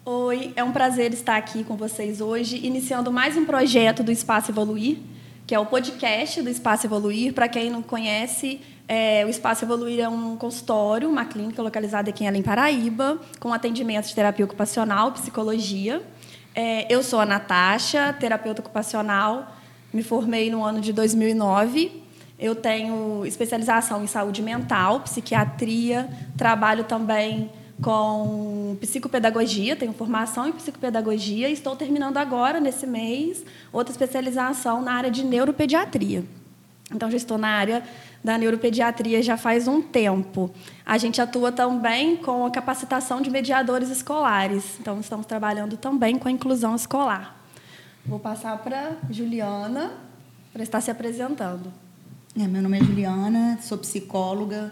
Oi, é um prazer estar aqui com vocês hoje, iniciando mais um projeto do Espaço Evoluir, que é o podcast do Espaço Evoluir. Para quem não conhece, o Espaço Evoluir é um consultório, uma clínica localizada aqui em Além Paraíba, com atendimento de terapia ocupacional, psicologia. Eu sou a Natasha, terapeuta ocupacional, me formei no ano de 2009. Eu tenho especialização em saúde mental, psiquiatria, trabalho também com psicopedagogia, tenho formação em psicopedagogia e estou terminando agora, nesse mês, outra especialização na área de neuropediatria. Então, já estou na área da neuropediatria já faz um tempo. A gente atua também com a capacitação de mediadores escolares. Então, estamos trabalhando também com a inclusão escolar. Vou passar para Juliana para estar se apresentando. Meu nome é Juliana, sou psicóloga,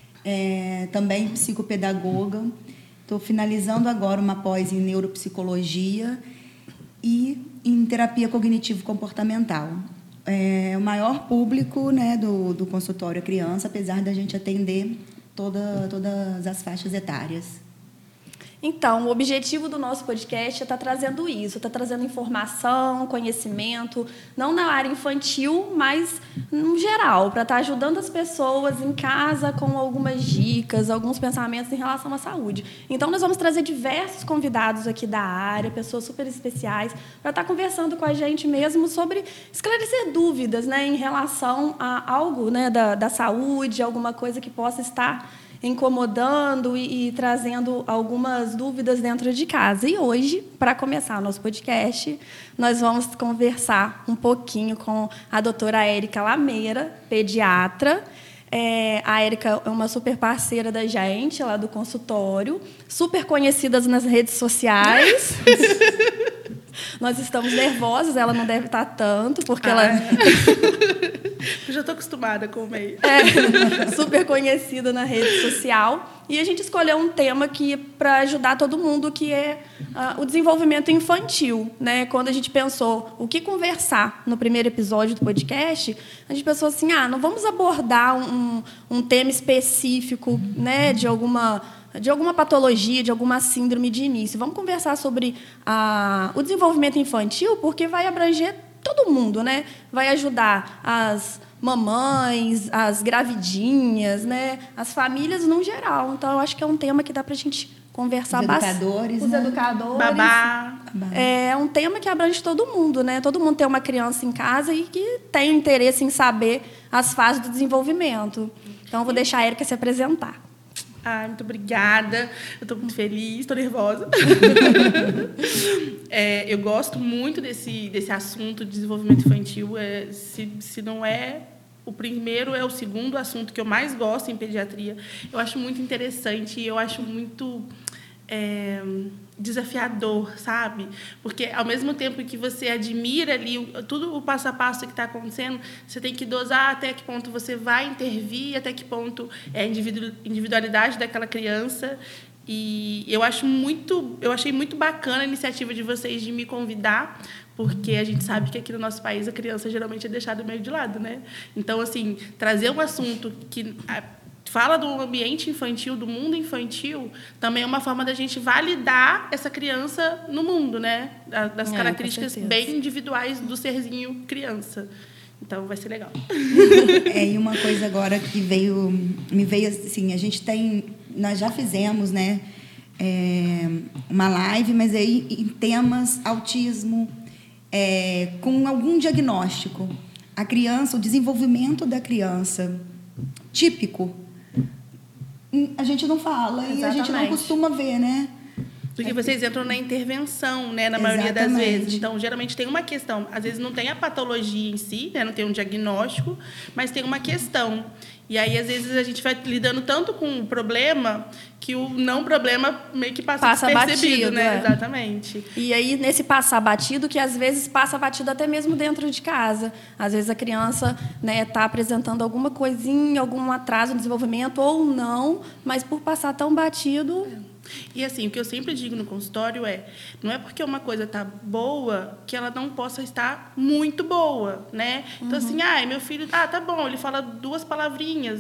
também psicopedagoga. Estou finalizando agora uma pós em neuropsicologia e em terapia cognitivo-comportamental. O maior público, né, do consultório é criança, apesar da gente atender todas as faixas etárias. Então, o objetivo do nosso podcast é estar trazendo isso, estar trazendo informação, conhecimento, não na área infantil, mas no geral, para estar ajudando as pessoas em casa com algumas dicas, alguns pensamentos em relação à saúde. Então, nós vamos trazer diversos convidados aqui da área, pessoas super especiais, para estar conversando com a gente mesmo sobre esclarecer dúvidas, né, em relação a algo, né, da saúde, alguma coisa que possa estar incomodando e trazendo algumas dúvidas dentro de casa. E hoje, para começar o nosso podcast, nós vamos conversar um pouquinho com a doutora Érica Lameira, pediatra. A Érica é uma super parceira da gente, lá do consultório, super conhecida nas redes sociais. Nós estamos nervosas, ela não deve estar tanto, porque ela... Eu já estou acostumada com o meio. Super conhecida na rede social. E a gente escolheu um tema para ajudar todo mundo, que é o desenvolvimento infantil, né? Quando a gente pensou o que conversar no primeiro episódio do podcast, a gente pensou assim, não vamos abordar um tema específico, né, de alguma patologia, de alguma síndrome de início. Vamos conversar sobre o desenvolvimento infantil, porque vai abranger todo mundo, né? Vai ajudar as mamães, as gravidinhas, né? As famílias no geral. Então, eu acho que é um tema que dá para a gente conversar bastante. Os educadores. Babá. É um tema que abrange todo mundo, né? Todo mundo tem uma criança em casa e que tem interesse em saber as fases do desenvolvimento. Então, eu vou deixar a Érica se apresentar. Muito obrigada. Eu estou muito feliz, estou nervosa. Eu gosto muito desse assunto de desenvolvimento infantil. Se não é o primeiro, é o segundo assunto que eu mais gosto em pediatria. Eu acho muito interessante e eu acho muito desafiador, sabe? Porque, ao mesmo tempo que você admira ali tudo o passo a passo que está acontecendo, você tem que dosar até que ponto você vai intervir, até que ponto é a individualidade daquela criança. E eu achei muito bacana a iniciativa de vocês de me convidar, porque a gente sabe que aqui no nosso país a criança geralmente é deixada meio de lado, né? Então, assim, trazer um assunto que fala do ambiente infantil, do mundo infantil, também é uma forma da gente validar essa criança no mundo, né? Das características bem individuais do serzinho criança. Então, vai ser legal. E uma coisa agora que me veio assim, nós já fizemos, né, uma live, mas aí em temas autismo, com algum diagnóstico. A criança, o desenvolvimento da criança típico, a gente não fala. Exatamente. E a gente não costuma ver, né? Porque vocês entram na intervenção, né, na maioria das vezes. Então, geralmente tem uma questão. Às vezes não tem a patologia em si, né, não tem um diagnóstico, mas tem uma questão. E aí, às vezes, a gente vai lidando tanto com o problema que o não problema meio que passa despercebido, batido, né? Exatamente. E aí, nesse passar batido, que às vezes passa batido até mesmo dentro de casa. Às vezes a criança, né, está apresentando alguma coisinha, algum atraso no desenvolvimento ou não, mas por passar tão batido... E assim, o que eu sempre digo no consultório não é porque uma coisa está boa que ela não possa estar muito boa, né? Então, assim, meu filho, tá bom, ele fala 2 palavrinhas,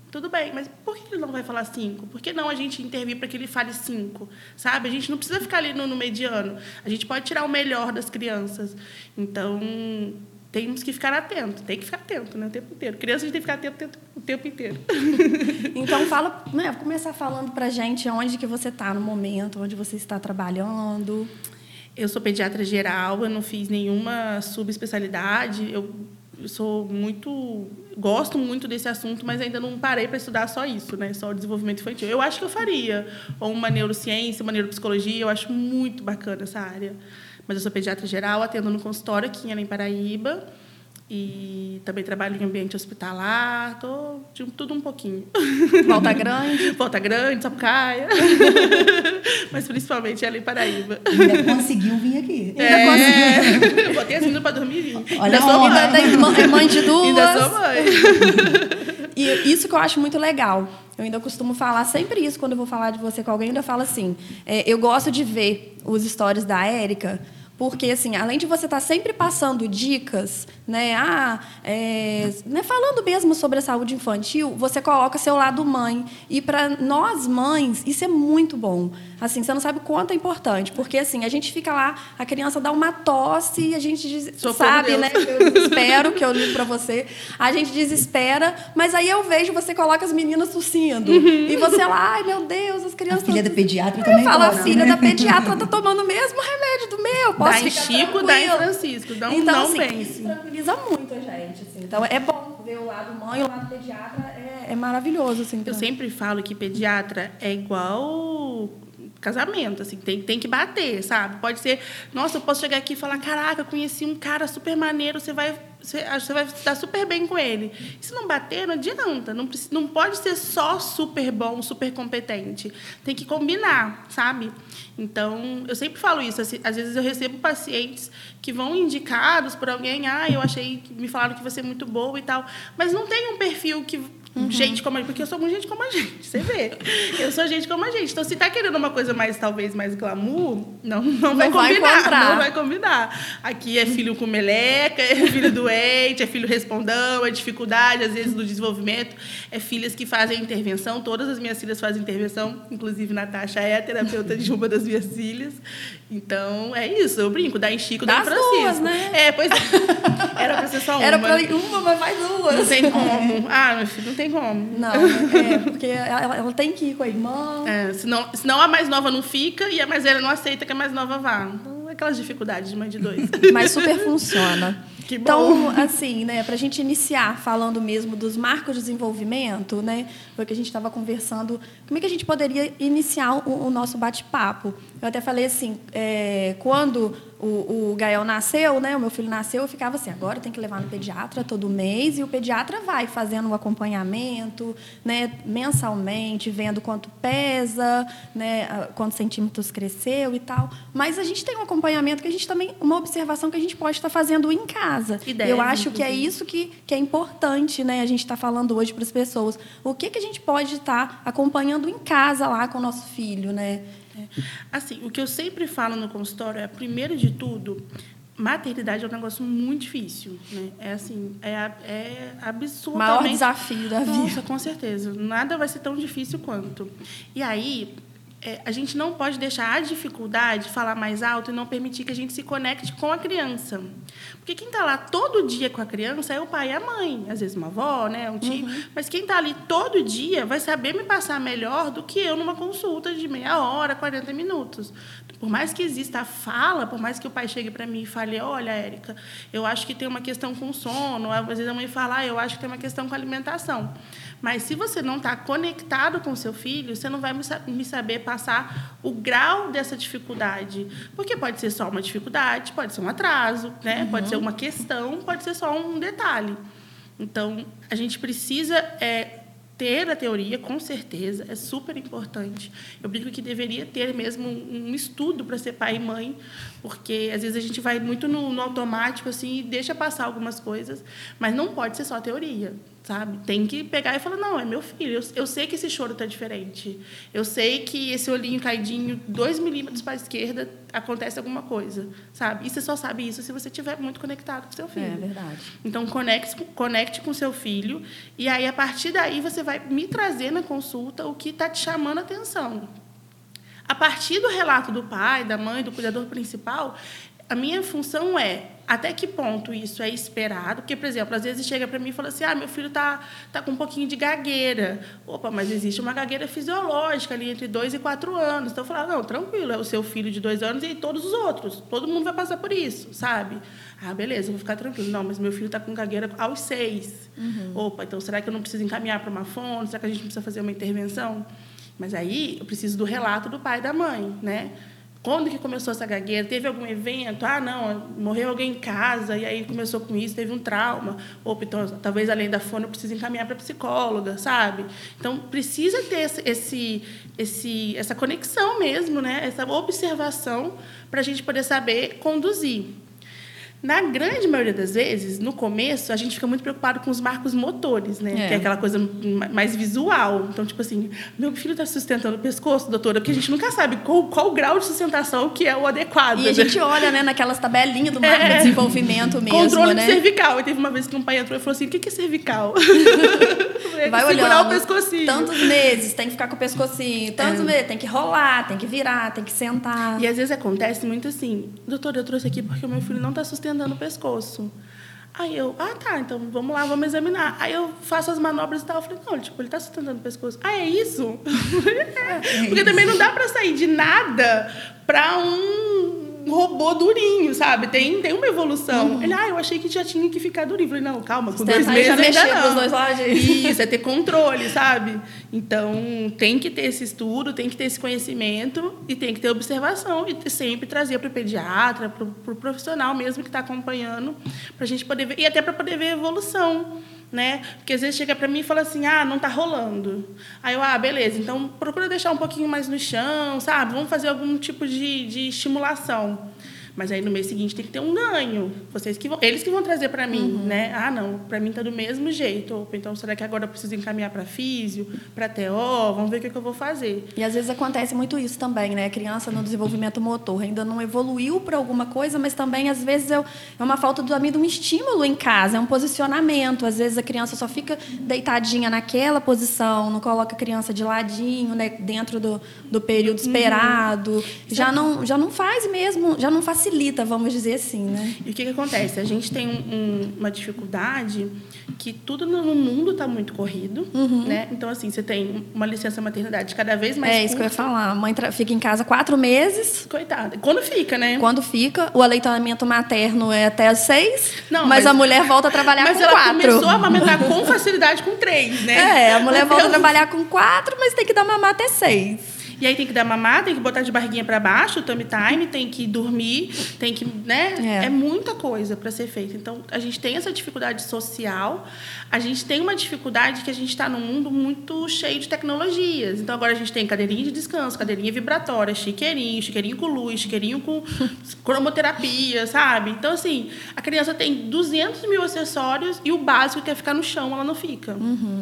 Tudo bem, mas por que ele não vai falar 5? Por que não a gente intervir para que ele fale 5? Sabe? A gente não precisa ficar ali no mediano. A gente pode tirar o melhor das crianças. Então, temos que ficar atentos. Tem que ficar atento, né? O tempo inteiro. Criança, a gente tem que ficar atento o tempo inteiro. Então, fala, né, vou começar falando para a gente onde que você está no momento, onde você está trabalhando. Eu sou pediatra geral, eu não fiz nenhuma subespecialidade. Eu gosto muito desse assunto, mas ainda não parei para estudar só isso, né? Só o desenvolvimento infantil. Eu acho que eu faria ou uma neurociência, uma neuropsicologia. Eu acho muito bacana essa área. Mas eu sou pediatra geral, atendo no consultório aqui em Paraíba. E também trabalho em ambiente hospitalar. Estou de tudo um pouquinho. Volta Grande. Volta Grande, Sapucaia. Mas principalmente ela em Paraíba. Ainda conseguiu vir aqui. Ainda conseguiu. Eu botei as meninas para dormir e vim. Olha, ainda sou é mãe de duas. Ainda sou mãe. E isso que eu acho muito legal. Eu ainda costumo falar sempre isso quando eu vou falar de você com alguém. Eu ainda falo assim, eu gosto de ver os stories da Érica, porque, assim, além de você estar sempre passando dicas, né, falando mesmo sobre a saúde infantil, você coloca seu lado mãe. E, para nós, mães, isso é muito bom. Assim, você não sabe o quanto é importante. Porque, assim, a gente fica lá, a criança dá uma tosse e a gente sabe, né? Eu desespero, que eu ligo para você. A gente desespera, mas aí eu vejo, você coloca as meninas tossindo. E você lá, ai, meu Deus, as crianças... A filha da pediatra também fala, gosta, a filha né? da pediatra está tomando o mesmo remédio do meu. Posso dá em ficar Chico, tranquila? dá em Francisco. Então, não assim, pense. isso tranquiliza muito a gente. Assim. Então, é bom ver o lado mãe, o lado pediatra é maravilhoso. Assim, Eu sempre falo que pediatra é igual casamento, assim, tem que bater, sabe? Pode ser, nossa, eu posso chegar aqui e falar, caraca, eu conheci um cara super maneiro, você vai se dar super bem com ele. E se não bater, não adianta, não pode ser só super bom, super competente. Tem que combinar, sabe? Então, eu sempre falo isso, assim, às vezes eu recebo pacientes que vão indicados por alguém, eu achei, me falaram que você é muito boa e tal, mas não tem um perfil que gente como a gente, porque eu sou muito gente como a gente, você vê. Eu sou gente como a gente. Então, se tá querendo uma coisa talvez mais glamour, não vai combinar. Não vai combinar. Aqui é filho com meleca, é filho doente, é filho respondão, é dificuldade, às vezes, do desenvolvimento. É filhas que fazem intervenção. Todas as minhas filhas fazem intervenção. Inclusive, Natasha é a terapeuta de uma das minhas filhas. Então, é isso. Eu brinco. Dá em Chico, dá em Francisco. Duas, né? Pois é. Era pra ser só uma. Era pra ir uma, mas mais duas. Não tem como. Meu filho, não tem como. Não, porque ela tem que ir com a irmã. Senão a mais nova não fica e a mais velha não aceita que a mais nova vá. Então, aquelas dificuldades de mãe de dois. Mas super funciona. Que bom. Então, assim, né, para a gente iniciar falando mesmo dos marcos de desenvolvimento, né, foi que a gente estava conversando, como é que a gente poderia iniciar o nosso bate-papo. Eu até falei assim, quando o Gael nasceu, né, o meu filho nasceu, eu ficava assim, agora tem que levar no pediatra todo mês, e o pediatra vai fazendo o acompanhamento, né, mensalmente, vendo quanto pesa, né, quantos centímetros cresceu e tal. Mas a gente tem um acompanhamento que a gente também, uma observação que a gente pode estar fazendo em casa. Eu acho que é isso que é importante, né, a gente está falando hoje para as pessoas. O que a gente pode estar acompanhando em casa lá com o nosso filho, né? Assim, o que eu sempre falo no consultório é, primeiro de tudo, maternidade é um negócio muito difícil, né? É absolutamente... Maior desafio da vida. Nossa, com certeza. Nada vai ser tão difícil quanto. E aí, a gente não pode deixar a dificuldade falar mais alto e não permitir que a gente se conecte com a criança. Porque quem está lá todo dia com a criança é o pai e a mãe. Às vezes uma avó, né, um tio. Mas quem está ali todo dia vai saber me passar melhor do que eu numa consulta de meia hora, 40 minutos. Por mais que exista a fala, por mais que o pai chegue para mim e fale, olha, Érica, eu acho que tem uma questão com sono. Às vezes a mãe fala, eu acho que tem uma questão com alimentação. Mas se você não está conectado com o seu filho, você não vai me saber passar o grau dessa dificuldade. Porque pode ser só uma dificuldade, pode ser um atraso, né? Pode ser uma questão, pode ser só um detalhe. Então, a gente precisa ter a teoria, com certeza, é super importante. Eu brinco que deveria ter mesmo um estudo para ser pai e mãe, porque, às vezes, a gente vai muito no automático assim, e deixa passar algumas coisas, mas não pode ser só teoria. sabe? Tem que pegar e falar, não, é meu filho. Eu sei que esse choro está diferente. Eu sei que esse olhinho caidinho, 2 milímetros para a esquerda, acontece alguma coisa, sabe? E você só sabe isso se você estiver muito conectado com o seu filho. É verdade. Então, conecte com o seu filho. E aí, a partir daí, você vai me trazer na consulta o que está te chamando a atenção. A partir do relato do pai, da mãe, do cuidador principal, a minha função é até que ponto isso é esperado. Porque, por exemplo, às vezes chega para mim e fala assim, meu filho tá com um pouquinho de gagueira. Opa, mas existe uma gagueira fisiológica ali entre 2 e 4 anos. Então, eu falo, não, tranquilo, é o seu filho de 2 anos e todos os outros. Todo mundo vai passar por isso, sabe? Beleza, eu vou ficar tranquilo. Não, mas meu filho está com gagueira aos 6. Opa, então será que eu não preciso encaminhar para uma fono? Será que a gente precisa fazer uma intervenção? Mas aí eu preciso do relato do pai e da mãe, né? Quando que começou essa gagueira? Teve algum evento? Não, morreu alguém em casa, e aí começou com isso, teve um trauma. Opa, então, talvez, além da fono, eu precise encaminhar para a psicóloga, sabe? Então, precisa ter essa conexão mesmo, né? Essa observação para a gente poder saber conduzir. Na grande maioria das vezes, no começo, a gente fica muito preocupado com os marcos motores, né? Que é aquela coisa mais visual. Então, tipo assim, meu filho está sustentando o pescoço, doutora, porque a gente nunca sabe qual o grau de sustentação que é o adequado. E a gente olha, né, naquelas tabelinhas do marco de desenvolvimento mesmo, controle, né? de cervical. E teve uma vez que um pai entrou e falou assim, o que é cervical? Vai segurar olhando, o pescocinho. Tantos meses tem que ficar com o pescocinho, tantos meses tem que rolar, tem que virar, tem que sentar. E às vezes acontece muito assim, doutora, eu trouxe aqui porque o meu filho não está sustentando o pescoço. Aí eu, tá, então vamos lá, vamos examinar. Aí eu faço as manobras e tal. Eu falei, não, tipo, ele está sustentando o pescoço. É isso? Porque também não dá para sair de nada para um robô durinho, sabe? Tem uma evolução. Ele, eu achei que já tinha que ficar durinho. Eu falei, não, calma, com 2 meses já ainda mexer não. com os dois lados. Isso, é ter controle, sabe? Então, tem que ter esse estudo, tem que ter esse conhecimento e tem que ter observação e sempre trazer para o pediatra, para o profissional mesmo que está acompanhando, para a gente poder ver, e até para poder ver a evolução, né? Porque às vezes chega para mim e fala assim, não está rolando. Aí eu, beleza, então procura deixar um pouquinho mais no chão, sabe? Vamos fazer algum tipo de estimulação. Mas aí no mês seguinte tem que ter um ganho. Eles que vão trazer para mim, né? Não, para mim tá do mesmo jeito. Opa, então será que agora eu preciso encaminhar para físio, para TO? Vamos ver o que eu vou fazer. E às vezes acontece muito isso também, né? A criança no desenvolvimento motor ainda não evoluiu para alguma coisa, mas também às vezes é uma falta de um estímulo em casa, é um posicionamento. Às vezes a criança só fica deitadinha naquela posição, não coloca a criança de ladinho, né? Dentro do período esperado. Já não faz mesmo, já não facilita, vamos dizer assim, né? E o que acontece? A gente tem uma dificuldade que tudo no mundo está muito corrido, né? Então, assim, você tem uma licença maternidade cada vez mais curta. Isso que eu ia falar. A mãe fica em casa 4 meses. Coitada. Quando fica, né? Quando fica. O aleitamento materno é até as 6, mas a mulher volta a trabalhar com 4. Mas ela começou a amamentar com facilidade com 3, né? A mulher volta a trabalhar com 4, mas tem que dar mamar até 6. E aí tem que dar mamar, tem que botar de barriguinha para baixo, o tummy time, tem que dormir, tem que, né? É muita coisa para ser feita. Então, a gente tem essa dificuldade social, a gente tem uma dificuldade que a gente está num mundo muito cheio de tecnologias. Então, agora a gente tem cadeirinha de descanso, cadeirinha vibratória, chiqueirinho com luz, chiqueirinho com cromoterapia, sabe? Então, assim, a criança tem 200 mil acessórios e o básico que é ficar no chão, ela não fica.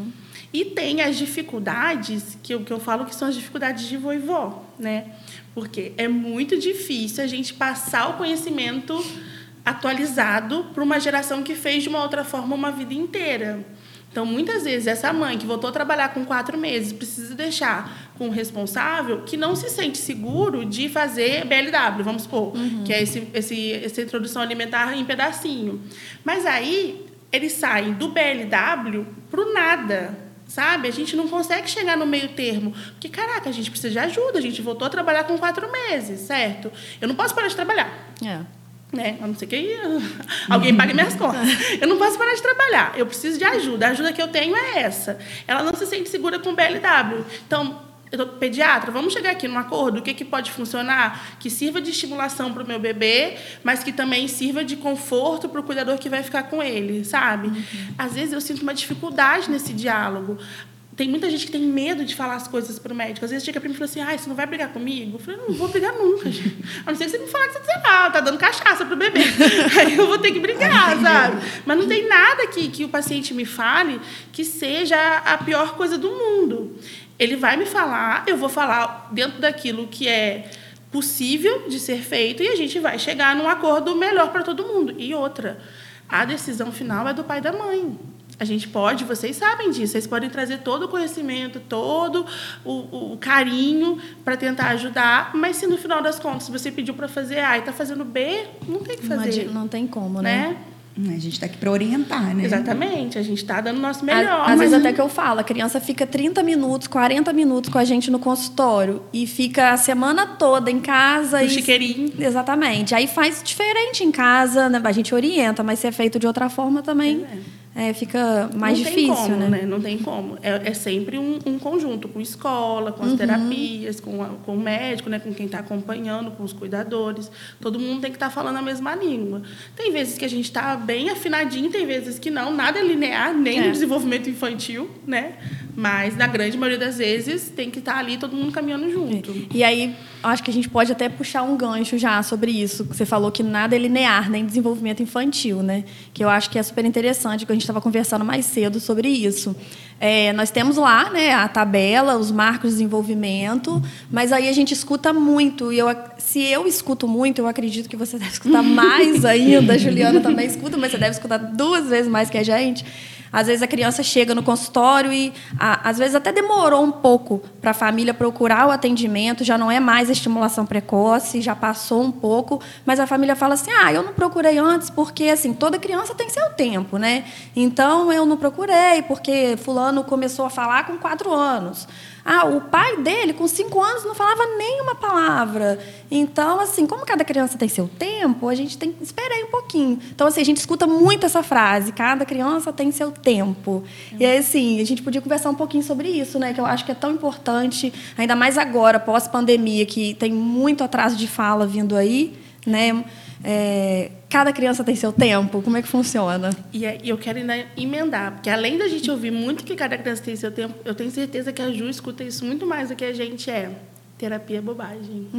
E tem as dificuldades, que eu falo que são as dificuldades de vô e vó, né? Porque é muito difícil a gente passar o conhecimento atualizado para uma geração que fez de uma outra forma uma vida inteira. Então, muitas vezes, essa mãe que voltou a trabalhar com 4 meses precisa deixar com o responsável que não se sente seguro de fazer BLW, vamos supor, que é essa introdução alimentar em pedacinho. Mas aí, eles saem do BLW para o nada. Sabe? A gente não consegue chegar no meio termo. Porque, caraca, a gente precisa de ajuda. A gente voltou a trabalhar com 4 meses, certo? Eu não posso parar de trabalhar. Né? A não ser que alguém pague minhas contas. Eu não posso parar de trabalhar. Eu preciso de ajuda. A ajuda que eu tenho é essa. Ela não se sente segura com o BLW. Então, eu tô pediatra, vamos chegar aqui num acordo, o que pode funcionar, que sirva de estimulação para o meu bebê, mas que também sirva de conforto para o cuidador que vai ficar com ele, sabe? Às vezes eu sinto uma dificuldade nesse diálogo. Tem muita gente que tem medo de falar as coisas pro médico. Às vezes chega pra mim e fala assim, você não vai brigar comigo? Eu falei, não vou brigar nunca, gente. A não ser que você me falar que você tá dando cachaça pro bebê. Aí eu vou ter que brigar, sabe? Mas não tem nada que o paciente me fale que seja a pior coisa do mundo. Ele vai me falar, eu vou falar dentro daquilo que é possível de ser feito e a gente vai chegar num acordo melhor para todo mundo. E outra, a decisão final é do pai e da mãe. A gente pode, vocês sabem disso, vocês podem trazer todo o conhecimento, todo o carinho para tentar ajudar, mas se no final das contas você pediu para fazer A e está fazendo B, não tem o que fazer. Não tem como, né? A gente está aqui para orientar, né? Exatamente, a gente está dando o nosso melhor. Às vezes até que eu falo, a criança fica 30 minutos, 40 minutos com a gente no consultório e fica a semana toda em casa. No chiqueirinho. Exatamente. Aí faz diferente em casa, né? A gente orienta, mas se é feito de outra forma também... fica mais difícil, como, né? Não tem como. É sempre um conjunto, com escola, com as terapias, com o médico, né? Com quem está acompanhando, com os cuidadores. Todo mundo tem que estar falando a mesma língua. Tem vezes que a gente está bem afinadinho, tem vezes que não. Nada é linear, nem no desenvolvimento infantil, né? Mas, na grande maioria das vezes, tem que estar ali todo mundo caminhando junto. E aí, acho que a gente pode até puxar um gancho já sobre isso. Você falou que nada é linear, nem desenvolvimento infantil, né? Que eu acho que é super interessante, que a gente estava conversando mais cedo sobre isso. Nós temos lá, né, a tabela, os marcos de desenvolvimento, mas aí a gente escuta muito. E se eu escuto muito, eu acredito que você deve escutar mais ainda. A Juliana também escuta, mas você deve escutar 2 vezes mais que a gente. Às vezes a criança chega no consultório e, às vezes, até demorou um pouco para a família procurar o atendimento, já não é mais a estimulação precoce, já passou um pouco, mas a família fala assim, eu não procurei antes porque, assim, toda criança tem seu tempo, né? Então, eu não procurei porque fulano começou a falar com 4 anos. O pai dele, com 5 anos, não falava nenhuma palavra. Então, assim, como cada criança tem seu tempo, a gente tem que esperar um pouquinho. Então, assim, a gente escuta muito essa frase, cada criança tem seu tempo. E aí, assim, a gente podia conversar um pouquinho sobre isso, né? Que eu acho que é tão importante, ainda mais agora, pós-pandemia, que tem muito atraso de fala vindo aí, né? Cada criança tem seu tempo? Como é que funciona? E eu quero ainda emendar, porque além da gente ouvir muito que cada criança tem seu tempo, eu tenho certeza que a Ju escuta isso muito mais do que a gente terapia é bobagem.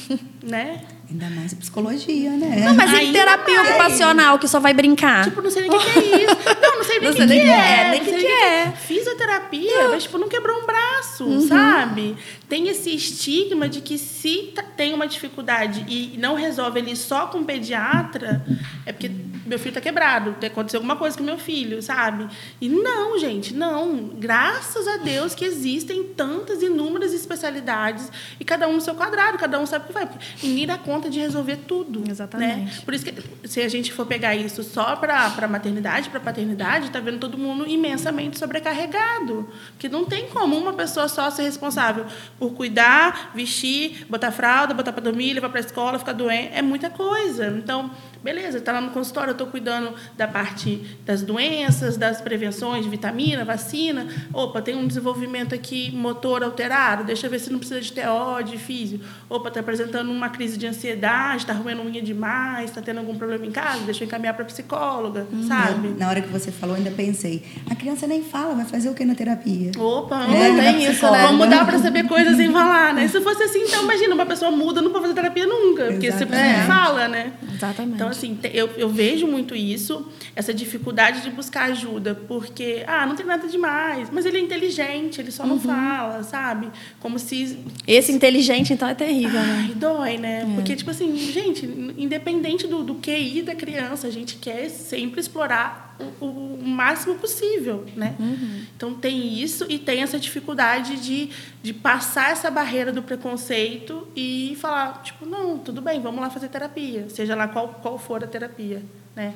Né? Ainda mais a psicologia, né? Não, mas em terapia ocupacional, que só vai brincar. Tipo, não sei nem o que é isso. Não sei nem o que é. Nem o que é. Fisioterapia, mas, tipo, não quebrou um braço, sabe? Tem esse estigma de que se tem uma dificuldade e não resolve ele só com pediatra, é porque meu filho tá quebrado, aconteceu alguma coisa com meu filho, sabe? E não, gente, não. Graças a Deus que existem tantas, inúmeras especialidades e cada um no seu quadrado, cada um sabe o que vai. Ninguém dá conta de resolver tudo. Exatamente. Né? Por isso que, se a gente for pegar isso só para maternidade, para paternidade, está vendo todo mundo imensamente sobrecarregado. Porque não tem como uma pessoa só ser responsável por cuidar, vestir, botar fralda, botar para dormir, levar para a escola, ficar doente. É muita coisa. Então, beleza, está lá no consultório, eu estou cuidando da parte das doenças, das prevenções de vitamina, vacina. Opa, tem um desenvolvimento aqui motor alterado, deixa eu ver se não precisa de TO, de físio. Opa, está apresentando uma crise de ansiedade, está roendo unha demais, está tendo algum problema em casa, deixa eu encaminhar para psicóloga, sabe? Na hora que você falou, ainda pensei, a criança nem fala, vai fazer o que na terapia? Opa, tem isso, né? Vamos mudar para saber coisas sem falar, né? Se fosse assim, então, imagina, uma pessoa muda, não pode fazer terapia nunca, porque você não fala, né? Exatamente. Então, assim, eu vejo muito isso, essa dificuldade de buscar ajuda, porque, não tem nada demais, mas ele é inteligente, ele só não fala, sabe? Como se... Esse inteligente, então, é terrível, né? Ai, dói, né? Porque, tipo assim, gente, independente do QI da criança, a gente quer sempre explorar o máximo possível, né? Então, tem isso e tem essa dificuldade de passar essa barreira do preconceito e falar, tipo, não, tudo bem, vamos lá fazer terapia, seja lá qual for a terapia, né?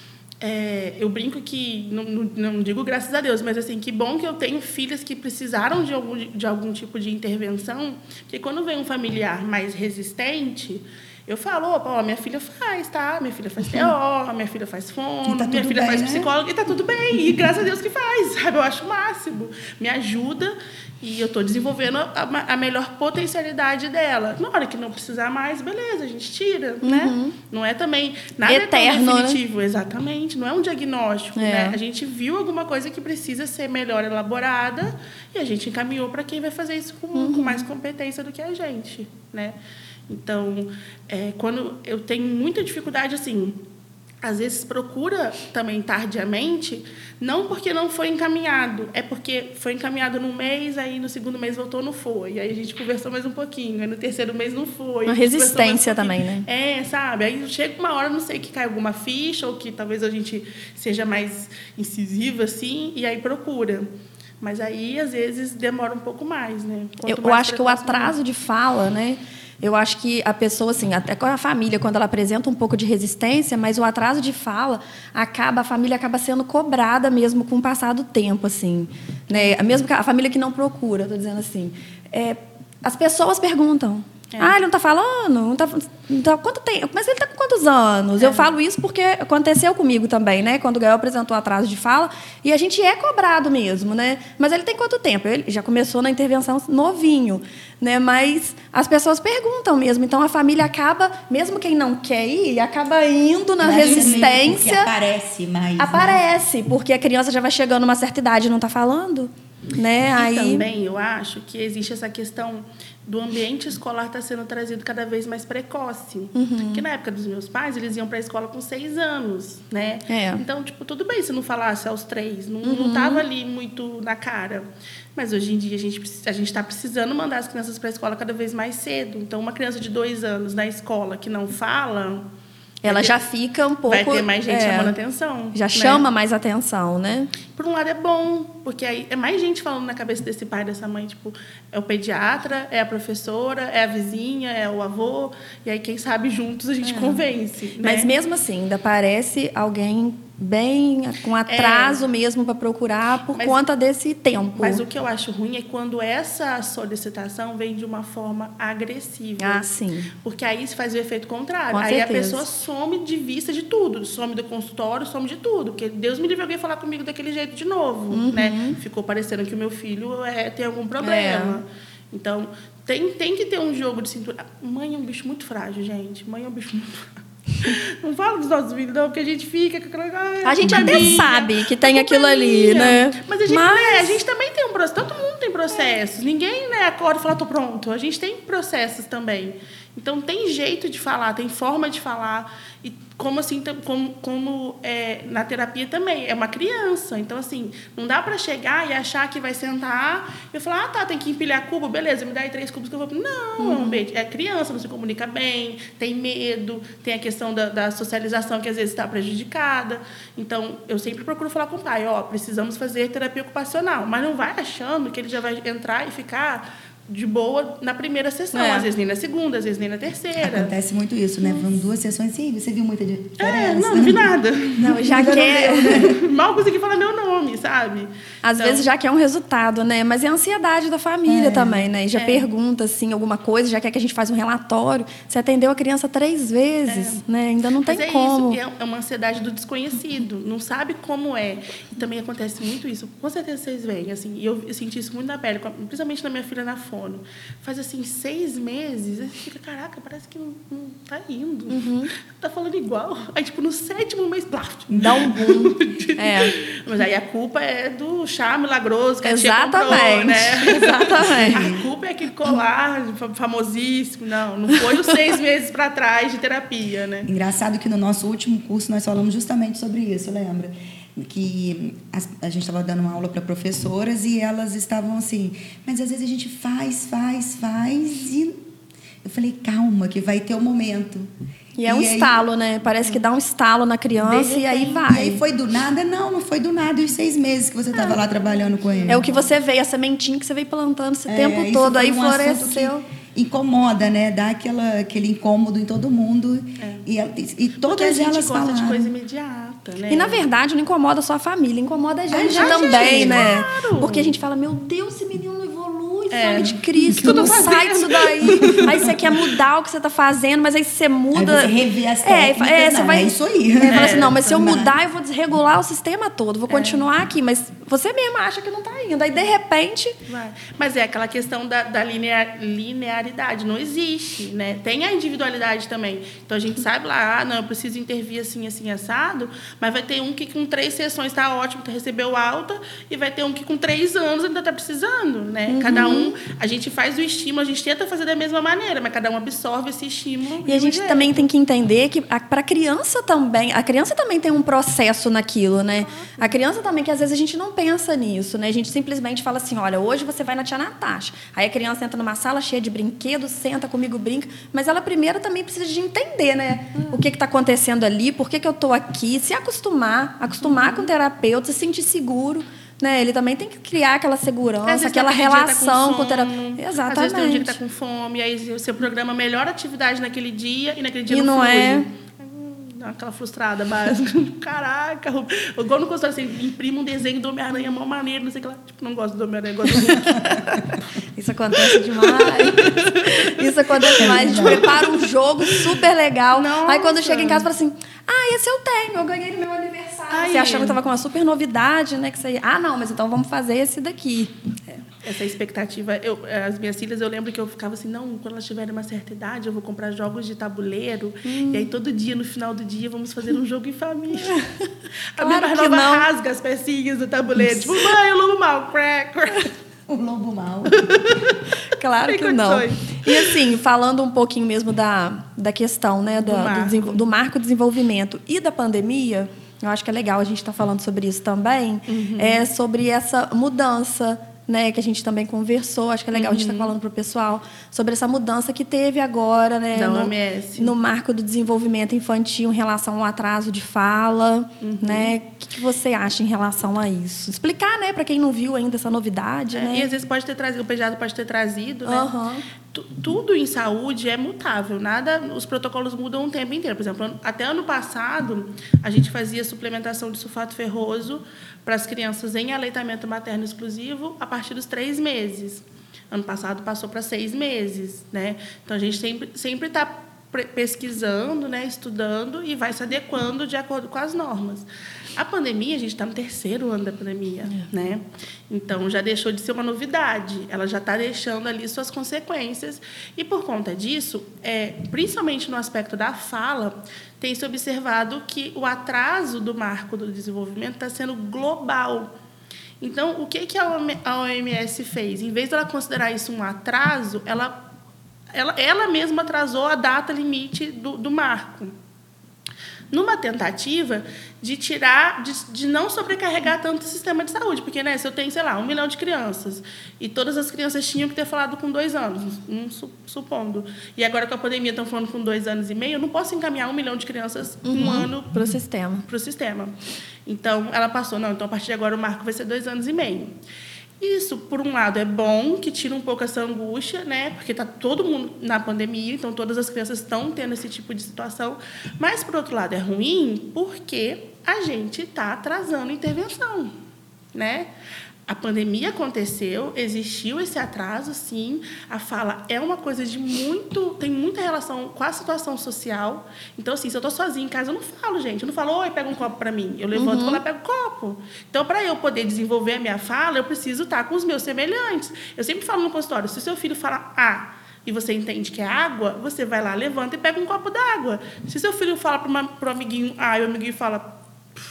Eu brinco que, não digo graças a Deus, mas assim, que bom que eu tenho filhas que precisaram de algum tipo de intervenção, porque quando vem um familiar mais resistente, eu falo, opa, minha filha faz, tá? Minha filha faz TO, minha filha faz fono, minha filha faz psicóloga, e tá tudo bem, e graças a Deus que faz, sabe? Eu acho o máximo. Me ajuda e eu estou desenvolvendo a melhor potencialidade dela. Na hora que não precisar mais, beleza, a gente tira, né? Não é também... Nada eterno, é tão definitivo, né? Exatamente. Não é um diagnóstico, né? A gente viu alguma coisa que precisa ser melhor elaborada E a gente encaminhou para quem vai fazer isso com mais competência do que a gente, né? Então, quando eu tenho muita dificuldade, assim, às vezes procura também tardiamente, não porque não foi encaminhado, é porque foi encaminhado num mês, aí no segundo mês voltou, não foi. Aí a gente conversou mais um pouquinho, aí no terceiro mês não foi. Uma resistência também, né? Sabe? Aí chega uma hora, não sei, que cai alguma ficha, ou que talvez a gente seja mais incisiva, assim, e aí procura. Mas aí, às vezes, demora um pouco mais, né? Eu acho que o atraso de fala, né? Eu acho que a pessoa, assim, até com a família, quando ela apresenta um pouco de resistência, mas o atraso de fala, a família acaba sendo cobrada mesmo com o passar do tempo, assim, né? Mesmo a família que não procura, estou dizendo assim. As pessoas perguntam. Ele não está falando? Não tá, quanto tempo? Mas ele está com quantos anos? Eu falo isso porque aconteceu comigo também, né? Quando o Gael apresentou atraso de fala, e a gente é cobrado mesmo, né? Mas ele tem quanto tempo? Ele já começou na intervenção novinho, né? Mas as pessoas perguntam mesmo. Então, a família acaba, mesmo quem não quer ir, acaba indo na resistência. Porque aparece mais. Aparece, né? Porque a criança já vai chegando numa certa idade e não está falando. Né? E também eu acho que existe essa questão do ambiente escolar estar sendo trazido cada vez mais precoce. Porque na época dos meus pais, eles iam para a escola com 6 anos, né? Então, tipo, tudo bem se não falasse aos 3, não estava ali muito na cara. Mas hoje em dia a gente está precisando mandar as crianças para a escola cada vez mais cedo. Então, uma criança de 2 anos na escola que não fala, ela já fica um pouco... Vai ter mais gente chamando atenção. Já chama mais atenção, né? Por um lado é bom, porque aí é mais gente falando na cabeça desse pai, dessa mãe. Tipo, é o pediatra, é a professora, é a vizinha, é o avô. E aí, quem sabe, juntos a gente convence. Né? Mas mesmo assim, ainda parece alguém bem com atraso mesmo para procurar por conta desse tempo. Mas o que eu acho ruim é quando essa solicitação vem de uma forma agressiva. Sim. Porque aí se faz o efeito contrário. Com aí certeza. A pessoa some de vista de tudo. Some do consultório, some de tudo. Porque Deus me livre alguém falar comigo daquele jeito de novo. Né? Ficou parecendo que o meu filho tem algum problema. Então, tem que ter um jogo de cintura. Mãe é um bicho muito frágil, gente. Mãe é um bicho muito frágil. Não fala dos nossos filhos, não, porque a gente fica com aquela... A gente até sabe que tem aquilo ali, né? Mas a gente também tem um processo. Todo mundo tem processos. Ninguém, né, acorda e fala, tô pronto. A gente tem processos também. Então, tem jeito de falar, tem forma de falar. E como assim, como na terapia também, é uma criança. Então, assim, não dá para chegar e achar que vai sentar e falar, tem que empilhar cubo, beleza, me dá aí 3 cubos que eu vou... Não, é criança, não se comunica bem, tem medo, tem a questão da socialização que às vezes está prejudicada. Então, eu sempre procuro falar com o pai, precisamos fazer terapia ocupacional, mas não vai achando que ele já vai entrar e ficar de boa na primeira sessão, às vezes nem na segunda, às vezes nem na terceira. Acontece muito isso, né? Vão 2 sessões, sim, você viu muita diferença? Não vi nada. Não, já quer... Mal consegui falar meu nome, sabe? Às vezes já quer um resultado, né? Mas é a ansiedade da família também, né? E já pergunta, assim, alguma coisa, já quer que a gente faça um relatório. Você atendeu a criança 3 vezes, né? Ainda não tem como. Isso, é uma ansiedade do desconhecido, não sabe como é. E também acontece muito isso. Com certeza vocês veem, assim, e eu senti isso muito na pele, principalmente na minha filha na fono. Faz assim 6 meses, aí você fica, caraca, parece que não tá indo. Tá falando igual. Aí, tipo, no 7º mês, dá um boom. Mas aí a culpa é do chá milagroso que Exatamente. a tia comprou, né? Exatamente. A culpa é aquele colar famosíssimo. Não foi os 6 meses para trás de terapia, né? Engraçado que no nosso último curso nós falamos justamente sobre isso, lembra? Que a gente estava dando uma aula para professoras e elas estavam assim, mas às vezes a gente faz e eu falei, calma, que vai ter um momento. E é um estalo, né? Parece que dá um estalo na criança e aí vai. E aí foi do nada? Não foi do nada. E os 6 meses que você estava lá trabalhando com ele. É o que você veio, a sementinha que você veio plantando esse tempo todo, aí floresceu. Incomoda, né? Dá aquele incômodo em todo mundo. E todas elas falam. Porque a gente gosta de coisa imediata, né? E, na verdade, não incomoda só a família, incomoda a gente também, né? Claro. Porque a gente fala, meu Deus, esse menino não evolui, sangue de Cristo, não sai disso daí. Aí você quer mudar o que você está fazendo, mas aí você muda. Aí você revê as técnicas, você vai, é isso aí. Fala assim, não, mas se eu mudar, eu vou desregular o sistema todo, vou continuar aqui, mas você mesmo acha que não está indo. Aí, de repente... Vai. Mas é aquela questão da linearidade, não existe, né? Tem a individualidade também. Então, a gente sabe lá, não, eu preciso intervir assim, assim, assado, mas vai ter um que com 3 sessões está ótimo, recebeu alta, e vai ter um que com 3 anos ainda está precisando, né? Cada um, a gente faz o estímulo, a gente tenta fazer da mesma maneira, mas cada um absorve esse estímulo. E a gente também tem que entender que para a criança também tem um processo naquilo, né? A criança também, que às vezes a gente não pensa nisso, né? A gente simplesmente fala assim, olha, hoje você vai na tia Natasha. Aí a criança entra numa sala cheia de brinquedos, senta comigo, brinca, mas ela primeiro também precisa de entender, né? O que está acontecendo ali, por que eu estou aqui, se acostumar com o terapeuta, se sentir seguro. Né? Ele também tem que criar aquela segurança, aquela relação com o terapeuta. Exatamente. Às vezes tem um dia que está com fome, aí você programa a melhor atividade naquele dia e naquele dia não flui. Dá aquela frustrada básica. Caraca, igual no consultório, assim, imprime um desenho do Homem-Aranha, mó maneiro, não sei o que lá. Tipo, não gosto do Homem-Aranha, gosto do Hulk. Isso acontece demais. Isso acontece demais. A gente prepara um jogo super legal. Nossa. Aí quando chega em casa, fala assim, esse eu tenho, eu ganhei no meu aniversário. Você achando que estava com uma super novidade, né? Que você... não, mas então vamos fazer esse daqui. Essa expectativa, as minhas filhas, eu lembro que eu ficava assim, não, quando elas tiverem uma certa idade, eu vou comprar jogos de tabuleiro, e aí todo dia, no final do dia, vamos fazer um jogo em família. A minha mais nova rasga as pecinhas do tabuleiro, tipo, mãe, o lobo mal, crack. O lobo mal. Claro que não. E assim, falando um pouquinho mesmo da questão, né, do marco de desenvolvimento e da pandemia, eu acho que é legal a gente estar falando sobre isso também, sobre essa mudança, né, que a gente também conversou, acho que é legal a gente estar falando para o pessoal sobre essa mudança que teve agora, né, no marco do desenvolvimento infantil em relação ao atraso de fala, né? O que você acha em relação a isso? Explicar, né, para quem não viu ainda essa novidade, né? E às vezes pode ter trazido, o pediatra pode ter trazido, né? Tudo em saúde é mutável, os protocolos mudam o tempo inteiro. Por exemplo, até ano passado, a gente fazia suplementação de sulfato ferroso para as crianças em aleitamento materno exclusivo a partir dos 3 meses. Ano passado passou para 6 meses, né? Então a gente sempre está pesquisando, né, estudando e vai se adequando de acordo com as normas. A pandemia, a gente está no 3º ano da pandemia, né? Então, já deixou de ser uma novidade. Ela já está deixando ali suas consequências. E, por conta disso, principalmente no aspecto da fala, tem se observado que o atraso do marco do desenvolvimento está sendo global. Então, o que a OMS fez? Em vez de ela considerar isso um atraso, ela mesma atrasou a data limite do marco, numa tentativa de tirar, de não sobrecarregar tanto o sistema de saúde. Porque, né, se eu tenho, sei lá, 1 milhão de crianças, e todas as crianças tinham que ter falado com 2 anos, supondo, e agora com a pandemia estão falando com 2 anos e meio, eu não posso encaminhar 1 milhão de crianças um ano para o sistema. Então, ela passou, não, então a partir de agora o marco vai ser 2 anos e meio. Isso, por um lado, é bom, que tira um pouco essa angústia, né? Porque está todo mundo na pandemia, então todas as crianças estão tendo esse tipo de situação. Mas, por outro lado, é ruim porque a gente está atrasando a intervenção, né? A pandemia aconteceu, existiu esse atraso, sim. A fala é uma coisa tem muita relação com a situação social. Então, assim, se eu estou sozinha em casa, eu não falo, gente. Eu não falo, oi, pega um copo para mim. Eu levanto e vou lá e pego um copo. Então, para eu poder desenvolver a minha fala, eu preciso estar com os meus semelhantes. Eu sempre falo no consultório, se o seu filho fala e você entende que é água, você vai lá, levanta e pega um copo d'água. Se seu filho fala para o amiguinho e o amiguinho fala...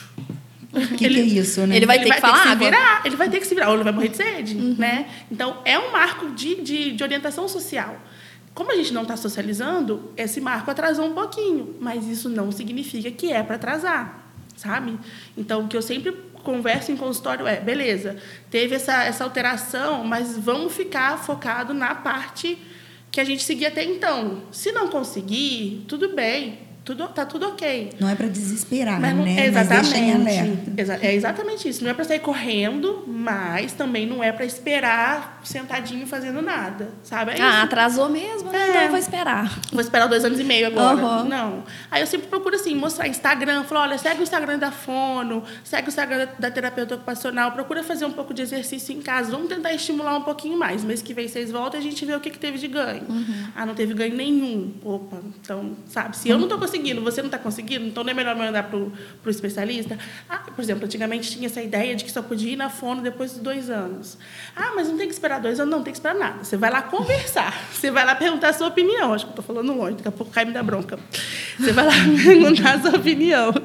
O que é isso, né? Ele vai ter que falar água. Ele vai ter que se virar, ou ele vai morrer de sede, né? Então, é um marco de orientação social. Como a gente não está socializando, esse marco atrasou um pouquinho, mas isso não significa que é para atrasar, sabe? Então, o que eu sempre converso em consultório beleza, teve essa alteração, mas vamos ficar focado na parte que a gente seguia até então. Se não conseguir, tudo bem, tá tudo ok. Não é para desesperar, mas não, né? Exatamente. Mas deixa em alerta. É exatamente isso. Não é para sair correndo, mas também não é para esperar sentadinho fazendo nada, sabe? É isso. Atrasou mesmo, né? Então eu vou esperar. Vou esperar 2 anos e meio agora. Uhum. Não. Aí eu sempre procuro, assim, mostrar Instagram. Falo, olha, segue o Instagram da fono, segue o Instagram da terapeuta ocupacional. Procura fazer um pouco de exercício em casa. Vamos tentar estimular um pouquinho mais. Mês que vem vocês voltam e a gente vê o que teve de ganho. Não teve ganho nenhum. Opa, então, sabe? Se eu não estou conseguindo, você não está conseguindo, então não é melhor mandar para o especialista? Por exemplo, antigamente tinha essa ideia de que só podia ir na fono depois dos 2 anos. Mas não tem que esperar 2 anos? Não, tem que esperar nada. Você vai lá conversar. Você vai lá perguntar a sua opinião. Acho que eu estou falando longe, daqui a pouco cai me dá bronca. Você vai lá perguntar a sua opinião.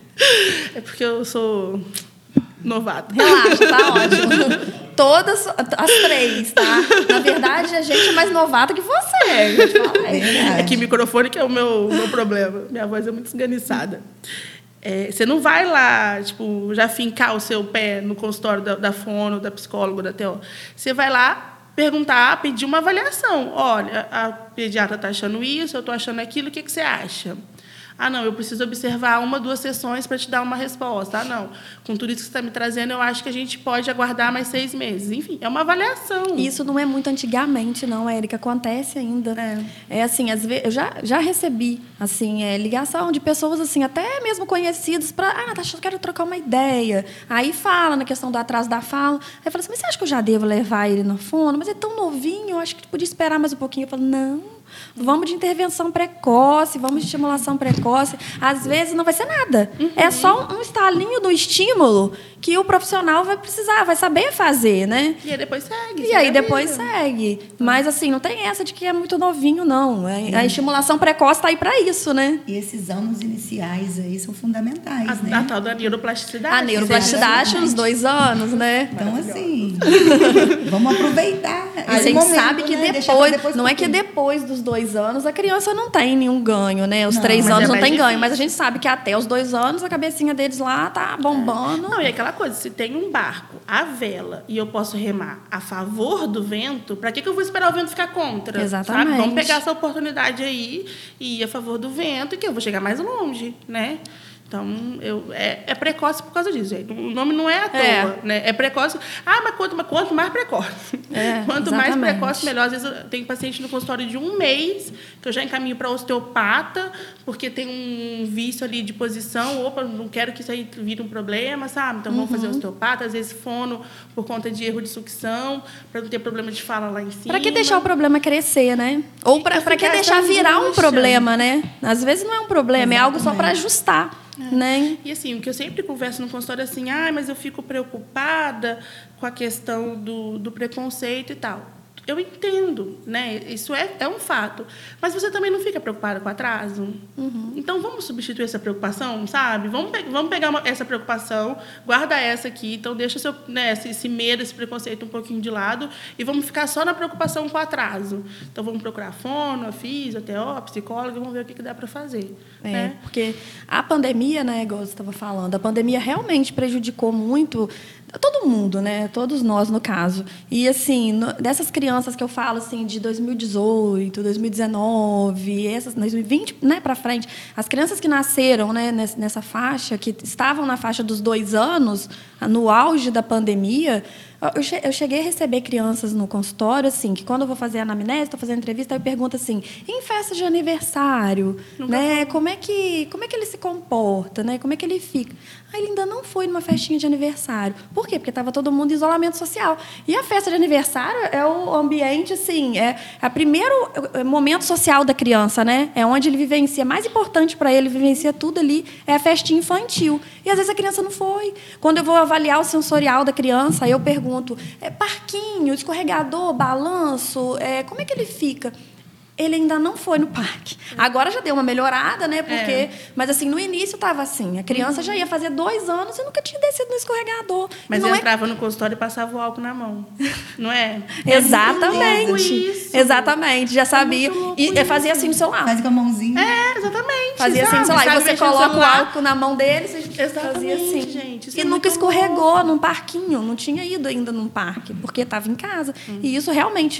É porque eu sou novata. Relaxa, tá ótimo. Todas as 3, tá? Na verdade, a gente é mais novata que você. Vou te falar. É que microfone que é o meu problema. Minha voz é muito esganiçada. Você não vai lá, tipo, já fincar o seu pé no consultório da fono, da psicóloga, da TO. Você vai lá perguntar, pedir uma avaliação. Olha, a pediatra está achando isso, eu estou achando aquilo, o que você acha? Não, eu preciso observar 1, 2 sessões para te dar uma resposta. Não, com tudo isso que você está me trazendo, eu acho que a gente pode aguardar mais 6 meses. Enfim, é uma avaliação. Isso não é muito antigamente, não, Érica. Acontece ainda. É assim, às vezes, eu já recebi assim, ligação de pessoas assim, até mesmo conhecidas, para, Natasha, eu quero trocar uma ideia. Aí fala na questão do atraso da fala. Aí fala assim, mas você acha que eu já devo levar ele na fono? Mas é tão novinho, eu acho que podia esperar mais um pouquinho. Eu falo, não. Vamos de intervenção precoce, vamos de estimulação precoce. Às vezes não vai ser nada. É só um estalinho do estímulo que o profissional vai precisar, vai saber fazer, né? E aí depois segue. E aí depois segue. Mas, assim, não tem essa de que é muito novinho, não. A estimulação precoce está aí para isso, né? E esses anos iniciais aí são fundamentais, né? A tal da neuroplasticidade. A neuroplasticidade nos 2 anos, né? Então, assim, vamos aproveitar A gente momento, sabe que né? depois não é que depois dos 2 anos a criança não tem nenhum ganho, né? Os 3 anos não tem ganho, mas a gente sabe que até os 2 anos a cabecinha deles lá tá bombando. Não, e aquela coisa, se tem um barco à vela e eu posso remar a favor do vento, para que eu vou esperar o vento ficar contra? Exatamente. Sabe? Vamos pegar essa oportunidade aí e ir a favor do vento, que eu vou chegar mais longe, né? Então, é precoce por causa disso. O nome não é à toa, né? É precoce. Mas quanto mais precoce. Quanto mais precoce, melhor. Às vezes eu tenho paciente no consultório de 1 mês, que eu já encaminho para osteopata, porque tem um vício ali de posição. Opa, não quero que isso aí vire um problema, sabe? Então, vamos fazer osteopata. Às vezes, fono por conta de erro de sucção, para não ter problema de fala lá em cima. Para que deixar o problema crescer, né? Ou para que deixar virar um problema, né? Às vezes não é um problema, é algo só para ajustar. Né? E assim, o que eu sempre converso no consultório é assim, mas eu fico preocupada com a questão do preconceito e tal. Eu entendo, né? Isso é um fato. Mas você também não fica preocupada com atraso? Então, vamos substituir essa preocupação, sabe? Vamos pegar essa preocupação, guarda essa aqui, então deixa esse medo, esse preconceito um pouquinho de lado e vamos ficar só na preocupação com o atraso. Então, vamos procurar a fono, a físio, a TO, psicóloga, vamos ver o que dá para fazer. Né? Porque a pandemia, né, igual você estava falando, a pandemia realmente prejudicou muito todo mundo, né? Todos nós, no caso. E, assim, dessas crianças que eu falo, assim, de 2018, 2019, essas 2020, né, para frente, as crianças que nasceram, né, nessa faixa, que estavam na faixa dos 2 anos, no auge da pandemia, eu cheguei a receber crianças no consultório, assim, que quando eu vou fazer a anamnese, estou fazendo entrevista, eu pergunto assim, em festa de aniversário, né, como é que ele se comporta, né, como é que ele fica? Ele ainda não foi numa festinha de aniversário. Por quê? Porque estava todo mundo em isolamento social. E a festa de aniversário é o ambiente, assim, é o primeiro momento social da criança, né? É onde ele vivencia, mais importante para ele, vivencia tudo ali, é a festinha infantil. E, às vezes, a criança não foi. Quando eu vou avaliar o sensorial da criança, aí eu pergunto, parquinho, escorregador, balanço, como é que ele fica? Ele ainda não foi no parque. Agora já deu uma melhorada, né? Porque, mas assim, no início estava assim. A criança já ia fazer 2 anos e nunca tinha descido no escorregador. Mas eu entrava no consultório e passava o álcool na mão. Não é? Exatamente. Exatamente. Já sabia. E fazia assim no celular. Faz com a mãozinha. Exatamente. Fazia assim no celular. E você coloca o álcool na mão deles e fazia assim. Gente, e nunca escorregou num parquinho. Não tinha ido ainda num parque, porque estava em casa. E isso realmente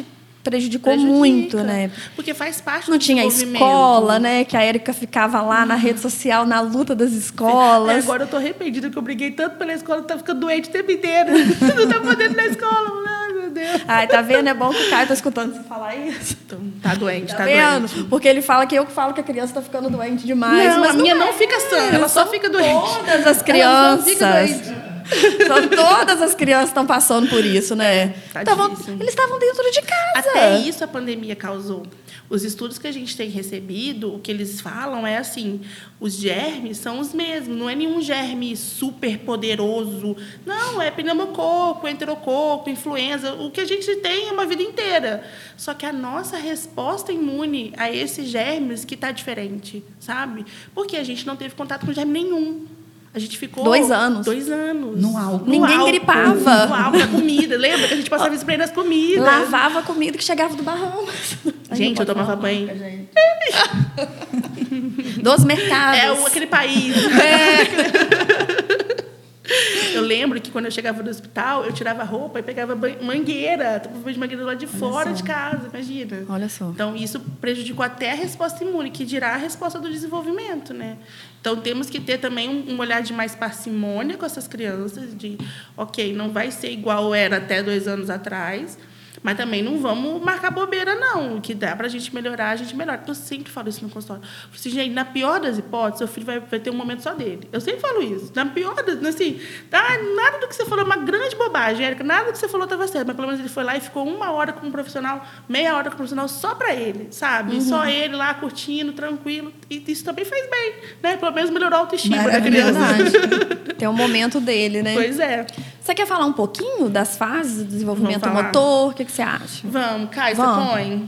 prejudicou muito, né? Porque faz parte Não do tinha desenvolvimento. Escola, né? Que a Érica ficava lá na rede social, na luta das escolas. Agora eu tô arrependida que eu briguei tanto pela escola que tá ficando doente o tempo inteiro. Não tá podendo ir na escola. Ai, meu Deus. Ai, tá vendo? É bom que o Caio tá escutando você falar isso. Então, tá doente, Tá vendo? doente. Porque ele fala que eu que falo que a criança tá ficando doente demais. Não, mas a minha é. não fica sã, ela só fica doente. Todas as Ela crianças. só fica doente. Então, todas as crianças estão passando por isso, né? Tá difícil. Eles estavam dentro de casa. Até isso a pandemia causou. Os estudos que a gente tem recebido, o que eles falam é assim, os germes são os mesmos, não é nenhum germe super poderoso. Não, é pneumococo, enterococo, influenza, o que a gente tem é uma vida inteira. Só que a nossa resposta imune a esses germes que está diferente, sabe? Porque a gente não teve contato com germe nenhum. A gente ficou 2 anos. 2 anos. No álcool. Ninguém gripava. No álcool, na comida. Lembra que a gente passava spray nas comidas? Lavava a comida que chegava do Bahamas. Gente, eu tomava banho. Dos mercados. Aquele país. Eu lembro que quando eu chegava no hospital, eu tirava a roupa e pegava mangueira. Tomava de mangueira lá de fora de casa, imagina. Olha só. Então, isso prejudicou até a resposta imune, que dirá a resposta do desenvolvimento, né? Então, temos que ter também um olhar de mais parcimônia com essas crianças, de, ok, não vai ser igual era até 2 anos atrás, mas também não vamos marcar bobeira, não. O que dá para a gente melhorar, a gente melhora. Eu sempre falo isso no consultório. Eu falo assim, gente, na pior das hipóteses, seu filho vai ter um momento só dele. Eu sempre falo isso. Na pior das... Assim, nada do que você falou é uma grande bobagem, Érica. Nada do que você falou estava certo. Mas, pelo menos, ele foi lá e ficou 1 hora com um profissional, meia hora com um profissional só para ele, sabe? Só ele lá, curtindo, tranquilo. E isso também faz bem, né? Pelo menos melhorou a autoestima da criança. Tem um momento dele, né? Pois é. Você quer falar um pouquinho das fases do desenvolvimento Vamos falar. motor? O que você acha? Vamos, Caio, Vamos. você põe?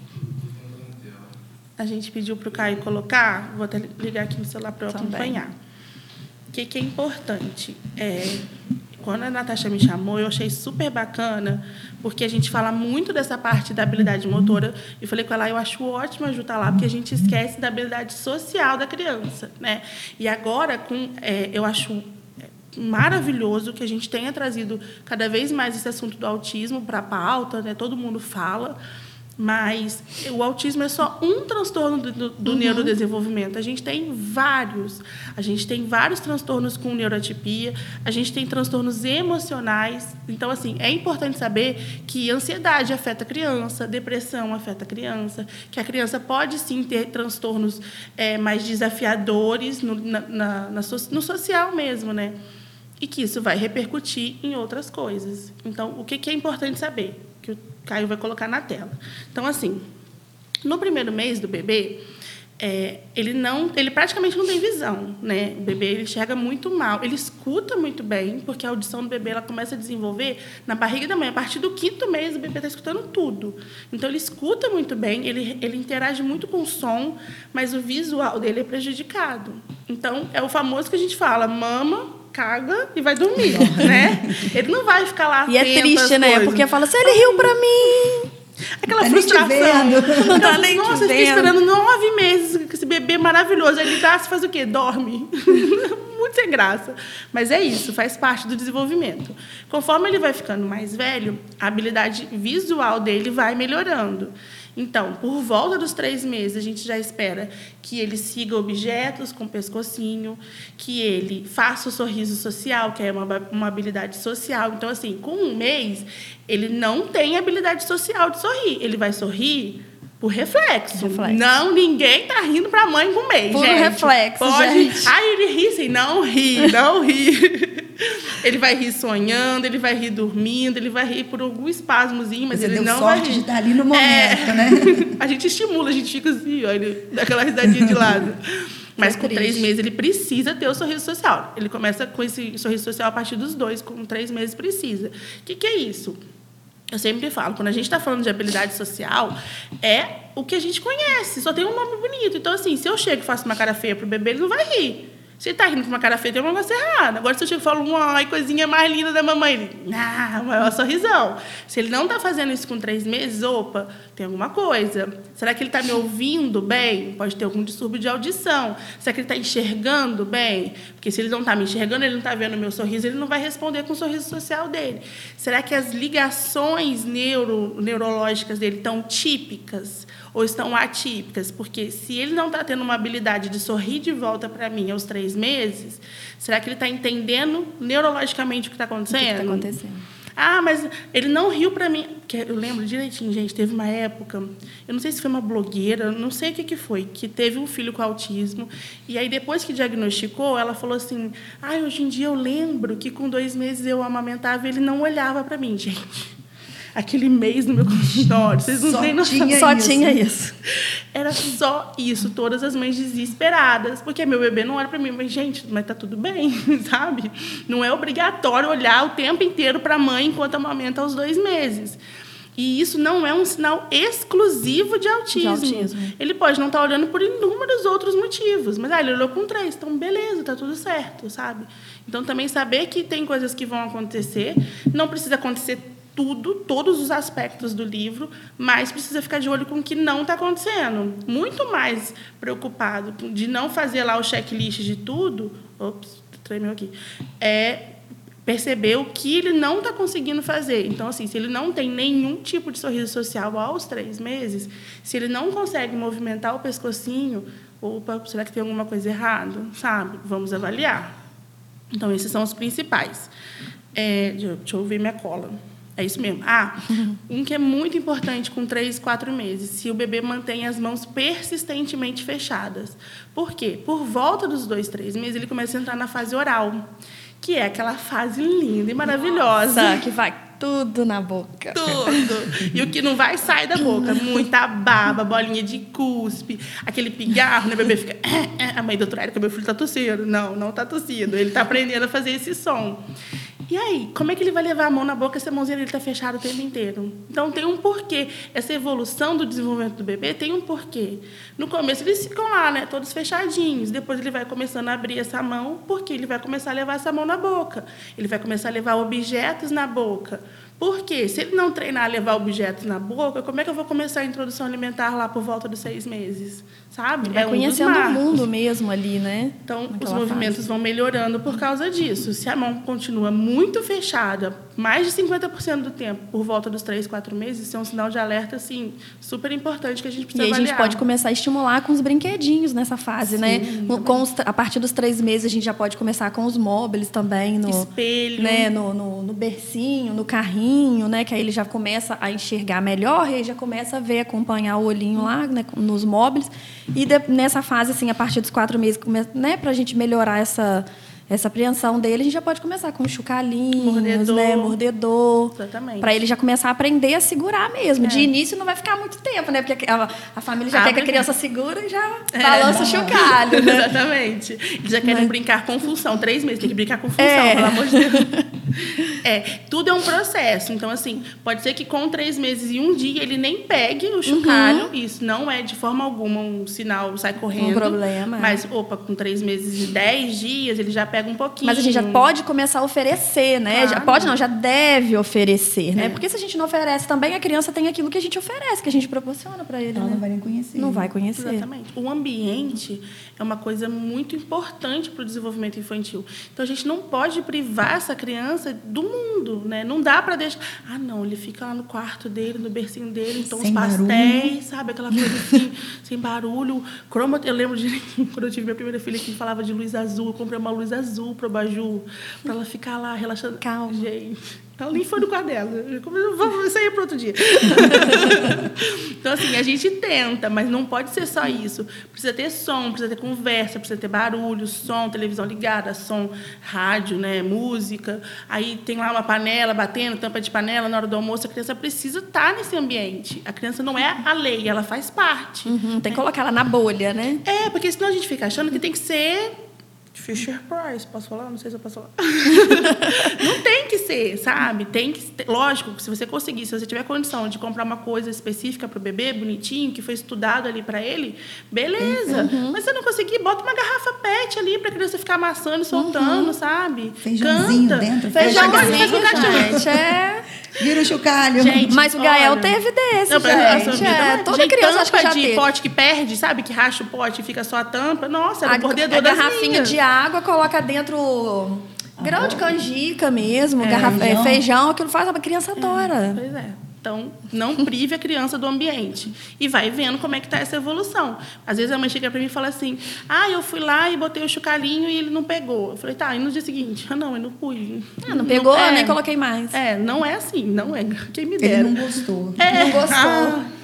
A gente pediu para o Caio colocar, vou até ligar aqui no celular para eu acompanhar. O que é importante? Quando a Natasha me chamou, eu achei super bacana, porque a gente fala muito dessa parte da habilidade motora. Eu falei com ela, eu acho ótimo a Ju estar lá, porque a gente esquece da habilidade social da criança, né? E agora, eu acho maravilhoso que a gente tenha trazido cada vez mais esse assunto do autismo para a pauta, né? Todo mundo fala, mas o autismo é só um transtorno do neurodesenvolvimento. A gente tem vários. A gente tem vários transtornos com neuroatipia, a gente tem transtornos emocionais. Então, assim, é importante saber que ansiedade afeta a criança, depressão afeta a criança, que a criança pode, sim, ter transtornos mais desafiadores no social mesmo, né? E que isso vai repercutir em outras coisas. Então, o que é importante saber? Que o Caio vai colocar na tela. Então, assim, no primeiro mês do bebê, ele praticamente não tem visão, né? O bebê ele enxerga muito mal, ele escuta muito bem, porque a audição do bebê ela começa a desenvolver na barriga da mãe. A partir do 5º mês, o bebê está escutando tudo. Então, ele escuta muito bem, ele interage muito com o som, mas o visual dele é prejudicado. Então, é o famoso que a gente fala, mama, caga e vai dormir, né? Ele não vai ficar lá E é triste, né? coisas. Porque fala assim, ele riu pra mim. Aquela Tá frustração. nem te vendo. Não tá nem te Nossa, eu fiquei vendo. esperando 9 meses com esse bebê maravilhoso. Aí ele nasce, faz o quê? Dorme. Muito sem graça. Mas é isso, faz parte do desenvolvimento. Conforme ele vai ficando mais velho, a habilidade visual dele vai melhorando. Então, por volta dos 3 meses, a gente já espera que ele siga objetos com pescocinho, que ele faça o sorriso social, que é uma habilidade social. Então, assim, com 1 mês, ele não tem habilidade social de sorrir. Ele vai sorrir por reflexo. Não, ninguém tá rindo pra mãe com 1 mês, Por gente. reflexo, Pode. gente. Ai, ele ri assim, não ri. Ele vai rir sonhando, ele vai rir dormindo, ele vai rir por algum espasmozinho, mas Você ele deu não vai sorte rir. de estar ali no momento, né? A gente estimula, a gente fica assim, ó, ele dá aquela risadinha de lado. Mas com 3 meses ele precisa ter o sorriso social. Ele começa com esse sorriso social a partir dos 2, com 3 meses precisa. O que é isso? Eu sempre falo, quando a gente está falando de habilidade social, é o que a gente conhece, só tem um nome bonito. Então, assim, se eu chego e faço uma cara feia pro bebê, ele não vai rir. Se ele tá rindo com uma cara feia, tem um negócio errado. Agora, se eu chego e falo, ai, coisinha mais linda da mamãe, ele, maior sorrisão. Se ele não tá fazendo isso com 3 meses, opa, tem alguma coisa. Será que ele tá me ouvindo bem? Pode ter algum distúrbio de audição. Será que ele tá enxergando bem? Porque se ele não tá me enxergando, ele não tá vendo o meu sorriso, ele não vai responder com o sorriso social dele. Será que as ligações neurológicas dele estão típicas ou estão atípicas? Porque se ele não está tendo uma habilidade de sorrir de volta para mim aos 3 meses, será que ele está entendendo neurologicamente o que está acontecendo? O que está acontecendo? Ah, mas ele não riu para mim. Eu lembro direitinho, gente, teve uma época, eu não sei se foi uma blogueira, não sei o que foi, que teve um filho com autismo, e aí depois que diagnosticou, ela falou assim, hoje em dia eu lembro que com 2 meses eu amamentava e ele não olhava para mim, gente. Aquele mês no meu consultório, vocês não têm noção. Só tinha isso. Era só isso, todas as mães desesperadas, porque meu bebê não olha para mim, mas, gente, mas tá tudo bem, sabe? Não é obrigatório olhar o tempo inteiro para a mãe enquanto amamenta aos 2 meses. E isso não é um sinal exclusivo de autismo. Ele pode não estar olhando por inúmeros outros motivos, mas ele olhou com 3, então beleza, tá tudo certo, sabe? Então também saber que tem coisas que vão acontecer, não precisa acontecer todos os aspectos do livro, mas precisa ficar de olho com o que não está acontecendo. Muito mais preocupado de não fazer lá o checklist de tudo, tremeu aqui, perceber o que ele não está conseguindo fazer. Então, assim, se ele não tem nenhum tipo de sorriso social aos 3 meses, se ele não consegue movimentar o pescocinho, opa, será que tem alguma coisa errada? Sabe? Vamos avaliar. Então, esses são os principais. Deixa eu ver minha cola. É isso mesmo. Um que é muito importante com 3, 4 meses, se o bebê mantém as mãos persistentemente fechadas. Por quê? Por volta dos 2, 3 meses, ele começa a entrar na fase oral, que é aquela fase linda e maravilhosa. Nossa, que vai tudo na boca. Tudo. E o que não vai, sai da boca. Muita baba, bolinha de cuspe, aquele pigarro, né? O bebê fica... A mãe, doutora Érica, meu filho está tossindo. Não está tossindo. Ele está aprendendo a fazer esse som. E aí, como é que ele vai levar a mão na boca se a mãozinha dele está fechada o tempo inteiro? Então, tem um porquê. Essa evolução do desenvolvimento do bebê tem um porquê. No começo, eles ficam lá, né, todos fechadinhos. Depois, ele vai começando a abrir essa mão, porque ele vai começar a levar essa mão na boca. Ele vai começar a levar objetos na boca. Por quê? Se ele não treinar a levar objetos na boca, como é que eu vou começar a introdução alimentar lá por volta dos 6 meses? Sabe? Vai conhecendo o mundo mesmo ali, né? Então, os movimentos vão melhorando por causa disso. Se a mão continua muito fechada, mais de 50% do tempo, por volta dos 3, 4 meses, isso é um sinal de alerta, assim, super importante que a gente precisa avaliar. E a gente pode começar a estimular com os brinquedinhos nessa fase, né? A partir dos 3 meses, a gente já pode começar com os móveis também. No espelho. Né? No bercinho, no carrinho, né? Que aí ele já começa a enxergar melhor e já começa a ver, acompanhar o olhinho lá, né? Nos móveis. E nessa fase, assim, a partir dos 4 meses, né? Para a gente melhorar essa apreensão dele, a gente já pode começar com chucalinhos, mordedor. Exatamente. Para ele já começar a aprender a segurar mesmo. De início não vai ficar muito tempo, né? Porque a família já quer que a criança segura e já balança o chocalho, né? Exatamente. Eles já querem brincar com função. 3 meses, tem que brincar com função, pelo amor de Deus. Tudo é um processo. Então, assim, pode ser que com 3 meses e 1 dia ele nem pegue o chocalho. Isso não é de forma alguma um sinal, sai correndo. Um problema. Mas, com 3 meses e 10 dias, ele já pega um pouquinho. Mas a gente já pode começar a oferecer, né? Claro. Já deve oferecer, né? Porque se a gente não oferece também, a criança tem aquilo que a gente oferece, que a gente proporciona para ele. Ela né? não vai nem conhecer. Não vai conhecer. Exatamente. O ambiente é uma coisa muito importante para o desenvolvimento infantil. Então, a gente não pode privar essa criança do mundo, né? Não dá para deixar... não, ele fica lá no quarto dele, no bercinho dele, então sem os pastéis, barulho. sabe? Aquela coisa assim, sem barulho. Eu lembro direitinho, quando eu tive minha primeira filha, que falava de luz azul, eu comprei uma luz azul para o abajur, para ela ficar lá relaxando. Calma. Gente, ela nem foi no quarto dela. Vamos sair para outro dia. Então, assim, a gente tenta, mas não pode ser só isso. Precisa ter som, precisa ter conversa, precisa ter barulho, som, televisão ligada, som, rádio, né, música. Aí tem lá uma panela batendo, tampa de panela na hora do almoço. A criança precisa estar nesse ambiente. A criança não é a lei, ela faz parte. Tem que colocar ela na bolha, né? Porque senão a gente fica achando que tem que ser Fisher Price, posso falar? Não sei se eu posso falar. Não tem que ser, sabe? Tem que ter, lógico, se você conseguir, se você tiver condição de comprar uma coisa específica para o bebê, bonitinho, que foi estudado ali para ele, beleza. Mas se você não conseguir, bota uma garrafa PET ali para a criança ficar amassando e soltando, sabe? Feijãozinho Canta. dentro. Feijãozinho, gente, Vira o chocalho. Gente, mas o Gael olha, teve desse, não, gente. Toda gente, criança acho que já de teve. pote que perde, sabe? Que racha o pote e fica só a tampa. Nossa, era o mordedor a das garrafinha minhas. de água, coloca dentro grão de canjica mesmo, feijão, aquilo faz, a criança adora. Pois é. Então, não prive a criança do ambiente. E vai vendo como é que está essa evolução. Às vezes a mãe chega para mim e fala assim, eu fui lá e botei o chocalhinho e ele não pegou. Eu falei, tá, e no dia seguinte? Eu não pus. Não pegou, nem coloquei mais. Não é assim, não é. Quem me dera. Ele não gostou. Não gostou.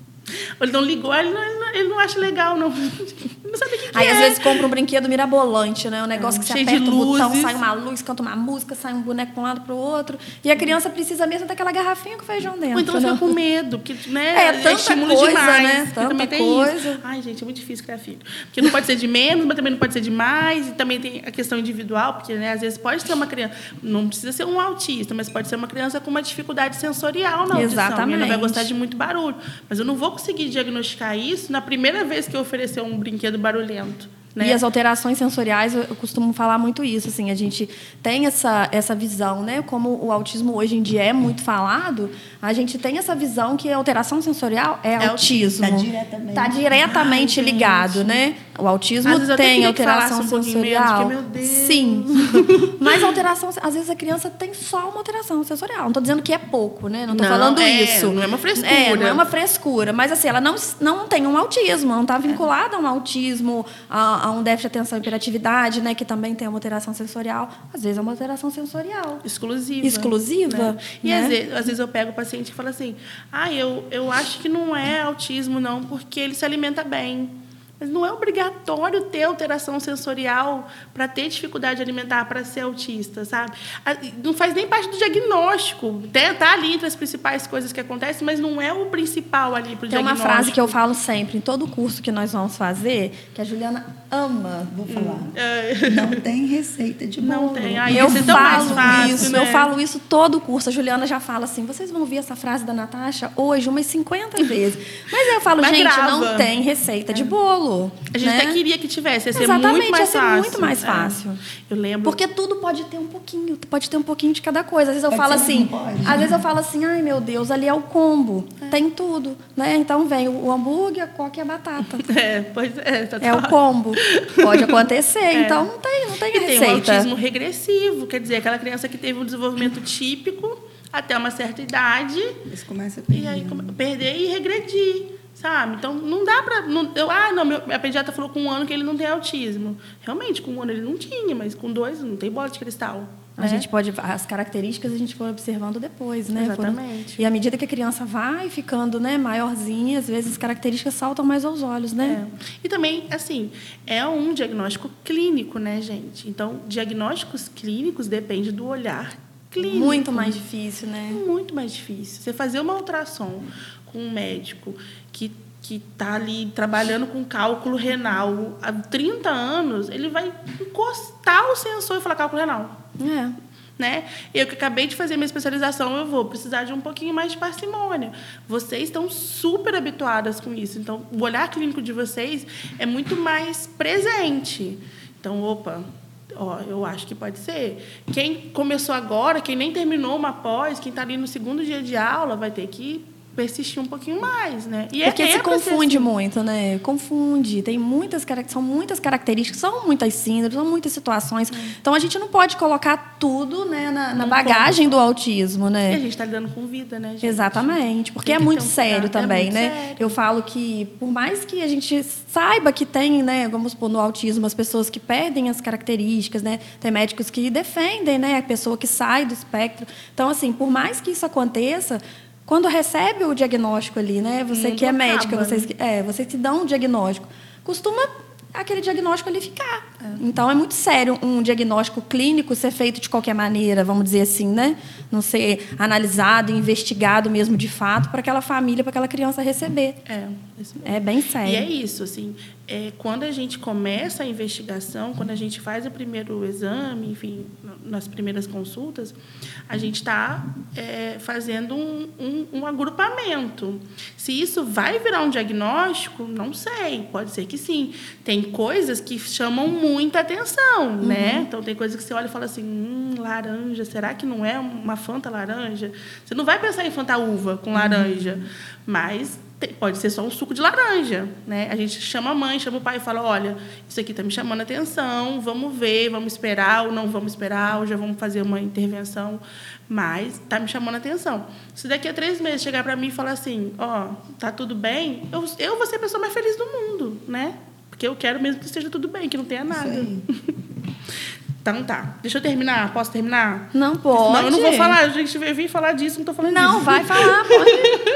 Ele não ligou, ele não acha legal, não. Não sabe o que Aí, às vezes, compra um brinquedo mirabolante, né? Um negócio que você cheio aperta de o botão, luzes. sai uma luz, canta uma música, sai um boneco para um lado para o outro. E a criança precisa mesmo daquela garrafinha com feijão dentro. Ou então ela né? fica com medo, porque, né? Tanta estímulo coisa, demais. né? Tanta também tem coisa. isso. Ai, gente, é muito difícil criar filho. Porque não pode ser de menos, mas também não pode ser de mais. E também tem a questão individual, porque, né, às vezes pode ser uma criança, não precisa ser um autista, mas pode ser uma criança com uma dificuldade sensorial na audição. Exatamente. E ela vai gostar de muito barulho. Mas eu não vou conseguir diagnosticar isso na primeira vez que eu oferecer um brinquedo barulhento. Né? E as alterações sensoriais, eu costumo falar muito isso, assim, a gente tem essa visão, né? Como o autismo hoje em dia é muito falado, a gente tem essa visão que a alteração sensorial é autismo. Está diretamente ligado, né? O autismo tem alteração sensorial. Menos, porque, meu Deus. Sim. Mas a alteração, às vezes a criança tem só uma alteração sensorial. Não estou dizendo que é pouco, né? Não estou falando isso. Não é uma frescura. Não é uma frescura. Mas assim, ela não tem um autismo, não está vinculada a um autismo, a um déficit de atenção e hiperatividade, né, que também tem uma alteração sensorial. Às vezes é uma alteração sensorial. Exclusiva. Né? E às vezes eu pego o paciente e falo assim, eu acho que não é autismo, não, porque ele se alimenta bem. Mas não é obrigatório ter alteração sensorial para ter dificuldade alimentar, para ser autista, sabe? Não faz nem parte do diagnóstico. Está ali entre as principais coisas que acontecem, mas não é o principal ali para o diagnóstico. Tem uma frase que eu falo sempre, em todo curso que nós vamos fazer, que a Juliana ama, vou falar. Não tem receita de bolo. Não tem. Eu falo fácil, isso, né? eu falo isso todo o curso. A Juliana já fala assim, vocês vão ouvir essa frase da Natasha hoje umas 50 vezes. Mas eu falo, gente, não tem receita de bolo. A gente até queria que tivesse, ia ser muito mais fácil. Muito mais fácil. Eu lembro. Porque tudo pode ter um pouquinho de cada coisa. Às vezes eu falo assim, ai meu Deus, ali é o combo, tem tudo, né? Então vem o hambúrguer, a coca e a batata. Pois é. É o combo. Pode acontecer, então não tem receita. Tem o autismo regressivo, quer dizer, aquela criança que teve um desenvolvimento típico até uma certa idade. Isso começa a perder. E aí perder e regredir. Sabe? Então, não dá para... a pediatra falou com 1 ano que ele não tem autismo. Realmente, com 1 ano ele não tinha, mas com 2 não tem bola de cristal. A gente pode... As características a gente foi observando depois, né? Exatamente. E à medida que a criança vai ficando, né, maiorzinha, às vezes as características saltam mais aos olhos, né? E também, assim, é um diagnóstico clínico, né, gente? Então, diagnósticos clínicos depende do olhar clínico. Muito mais difícil, né? Muito mais difícil. Você fazer uma ultrassom com um médico que está ali trabalhando com cálculo renal há 30 anos, ele vai encostar o sensor e falar cálculo renal. Né? Eu que acabei de fazer minha especialização, eu vou precisar de um pouquinho mais de parcimônia. Vocês estão super habituadas com isso. Então, o olhar clínico de vocês é muito mais presente. Então, eu acho que pode ser. Quem começou agora, quem nem terminou uma pós, quem está ali no 2º dia de aula, vai ter que persistir um pouquinho mais, né? E porque se confunde assim. muito, né? Confunde. São muitas características, são muitas síndromes, são muitas situações. Então, a gente não pode colocar tudo, né, na bagagem do autismo, né? E a gente está lidando com vida, né, gente? Exatamente. Porque é muito sério também, né? Sério. Eu falo que, por mais que a gente saiba que tem, né, vamos supor, no autismo, as pessoas que perdem as características, né? Tem médicos que defendem, né, a pessoa que sai do espectro. Então, assim, por mais que isso aconteça, quando recebe o diagnóstico ali, né? Você que é médica, vocês que dão um diagnóstico, costuma aquele diagnóstico ali ficar. Então, é muito sério um diagnóstico clínico ser feito de qualquer maneira, vamos dizer assim, né? Não ser analisado, investigado mesmo de fato para aquela família, para aquela criança receber. Isso mesmo. É bem sério. E é isso, assim, quando a gente começa a investigação, quando a gente faz o primeiro exame, enfim, nas primeiras consultas, a gente está fazendo um agrupamento. Se isso vai virar um diagnóstico, não sei, pode ser que sim. Tem coisas que chamam muita atenção, né? Então, tem coisas que você olha e fala assim, laranja, será que não é uma Fanta laranja? Você não vai pensar em Fanta uva com laranja, mas pode ser só um suco de laranja, né? A gente chama a mãe, chama o pai e fala, olha, isso aqui está me chamando a atenção, vamos ver, vamos esperar ou não vamos esperar, ou já vamos fazer uma intervenção, mas está me chamando a atenção. Se daqui a 3 meses chegar para mim e falar assim, tá tudo bem, eu vou ser a pessoa mais feliz do mundo, né? Porque eu quero mesmo que esteja tudo bem, que não tenha nada. Então tá. Deixa eu terminar. Posso terminar? Não pode. Não, eu não vou falar. A gente veio vir falar disso, não estou falando disso. Não, vai falar, pode.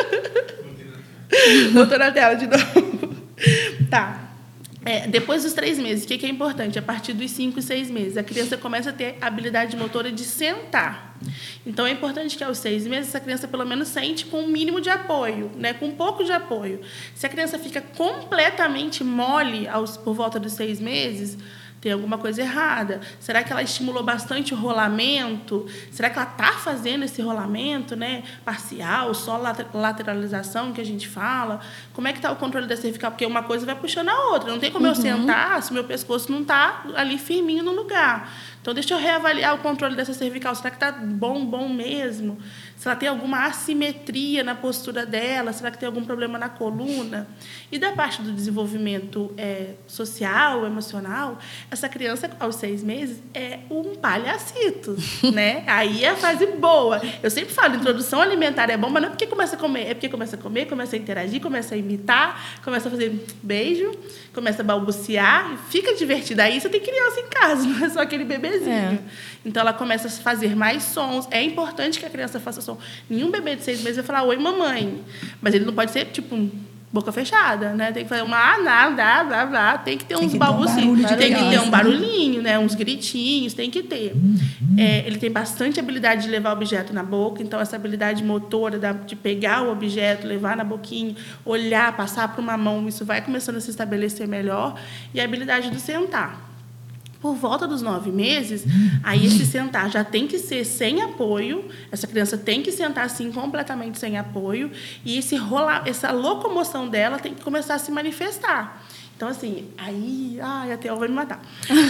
Botou na tela de novo. Tá. Depois dos 3 meses, o que é importante? A partir dos 5 e 6 meses, a criança começa a ter habilidade motora de sentar. Então, é importante que aos 6 meses, essa criança pelo menos sente com um mínimo de apoio, né? Com um pouco de apoio. Se a criança fica completamente mole por volta dos 6 meses, tem alguma coisa errada. Será que ela estimulou bastante o rolamento? Será que ela está fazendo esse rolamento, né, parcial, só lateralização, que a gente fala? Como é que está o controle da cervical? Porque uma coisa vai puxando a outra. Não tem como eu sentar se meu pescoço não está ali firminho no lugar. Então, deixa eu reavaliar o controle dessa cervical. Será que está bom mesmo? Se ela tem alguma assimetria na postura dela? Será que tem algum problema na coluna? E da parte do desenvolvimento social, emocional, essa criança, aos 6 meses, é um palhacito, né? Aí é a fase boa. Eu sempre falo, introdução alimentar é bom, mas não é porque começa a comer, é porque começa a comer, começa a interagir, começa a imitar, começa a fazer beijo, começa a balbuciar, e fica divertida. Aí você tem criança em casa, não é só aquele bebezinho. Então, ela começa a fazer mais sons. É importante que a criança faça som. Nenhum bebê de 6 meses vai falar, oi, mamãe. Mas ele não pode ser, tipo, boca fechada, né? Tem que fazer uma blá, blá, blá. Tem que ter uns balbucios. Tem que ter um barulhinho, né? Uns gritinhos, tem que ter. Ele tem bastante habilidade de levar o objeto na boca. Então, essa habilidade motora de pegar o objeto, levar na boquinha, olhar, passar para uma mão, isso vai começando a se estabelecer melhor. E a habilidade do sentar. Por volta dos 9 meses, aí esse sentar já tem que ser sem apoio, essa criança tem que sentar assim completamente sem apoio, e essa locomoção dela tem que começar a se manifestar. Então, assim, a Theo vai me matar.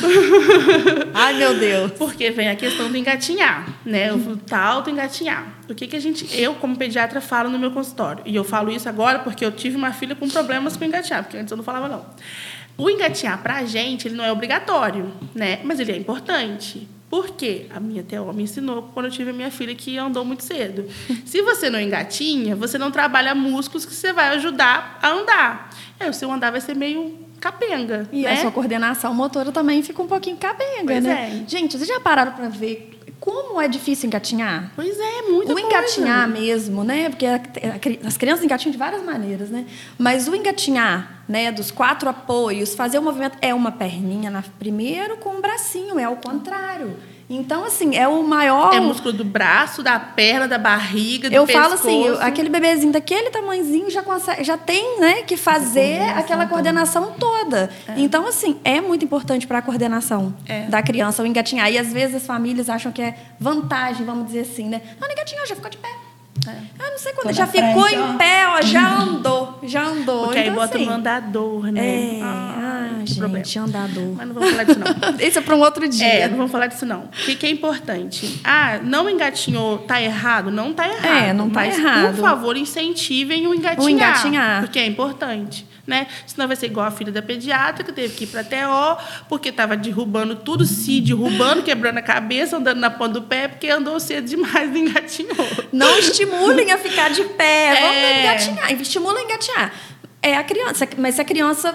Ai, meu Deus. Porque vem a questão do engatinhar, né? O tal do engatinhar. O que eu, como pediatra, falo no meu consultório? E eu falo isso agora porque eu tive uma filha com problemas com engatinhar, porque antes eu não falava, não. O engatinhar, para a gente, ele não é obrigatório, né? Mas ele é importante. Por quê? A minha Theo me ensinou quando eu tive a minha filha que andou muito cedo. Se você não engatinha, você não trabalha músculos que você vai ajudar a andar. O seu andar vai ser meio capenga. E né? a sua coordenação motora também fica um pouquinho capenga, pois né? Gente, vocês já pararam para ver como é difícil engatinhar? Pois é, muita coisa. O engatinhar mesmo, né? Porque as crianças engatinham de várias maneiras, né? Mas o engatinhar, né, dos 4 apoios, fazer o movimento é uma perninha primeiro com um bracinho, é ao contrário. Então, assim, é o maior... É músculo do braço, da perna, da barriga, do pescoço. Eu falo assim, aquele bebezinho daquele tamanhozinho já tem, né, que fazer aquela coordenação toda. Então, assim, é muito importante para a coordenação da criança o engatinhar. E, às vezes, as famílias acham que é vantagem, vamos dizer assim, né? Não, engatinhou, já ficou de pé. Não sei quando. Já ficou em pé, já andou. Porque então, aí bota assim, no andador, né? Gente, problema. andador. Mas não vamos falar disso, não. Isso é para um outro dia. Não vamos falar disso, não. O que é importante? Não engatinhou, tá errado? Não tá errado. Não tá mas, errado. por favor, incentivem o engatinhar. Porque é importante. Né? Senão vai ser igual a filha da pediatra, que teve que ir para a TO, porque estava derrubando tudo, derrubando, quebrando a cabeça, andando na ponta do pé, porque andou cedo demais e engatinhou. Não estimulem a ficar de pé, vamos engatinhar. Estimula a engatinhar. É a criança, mas se a criança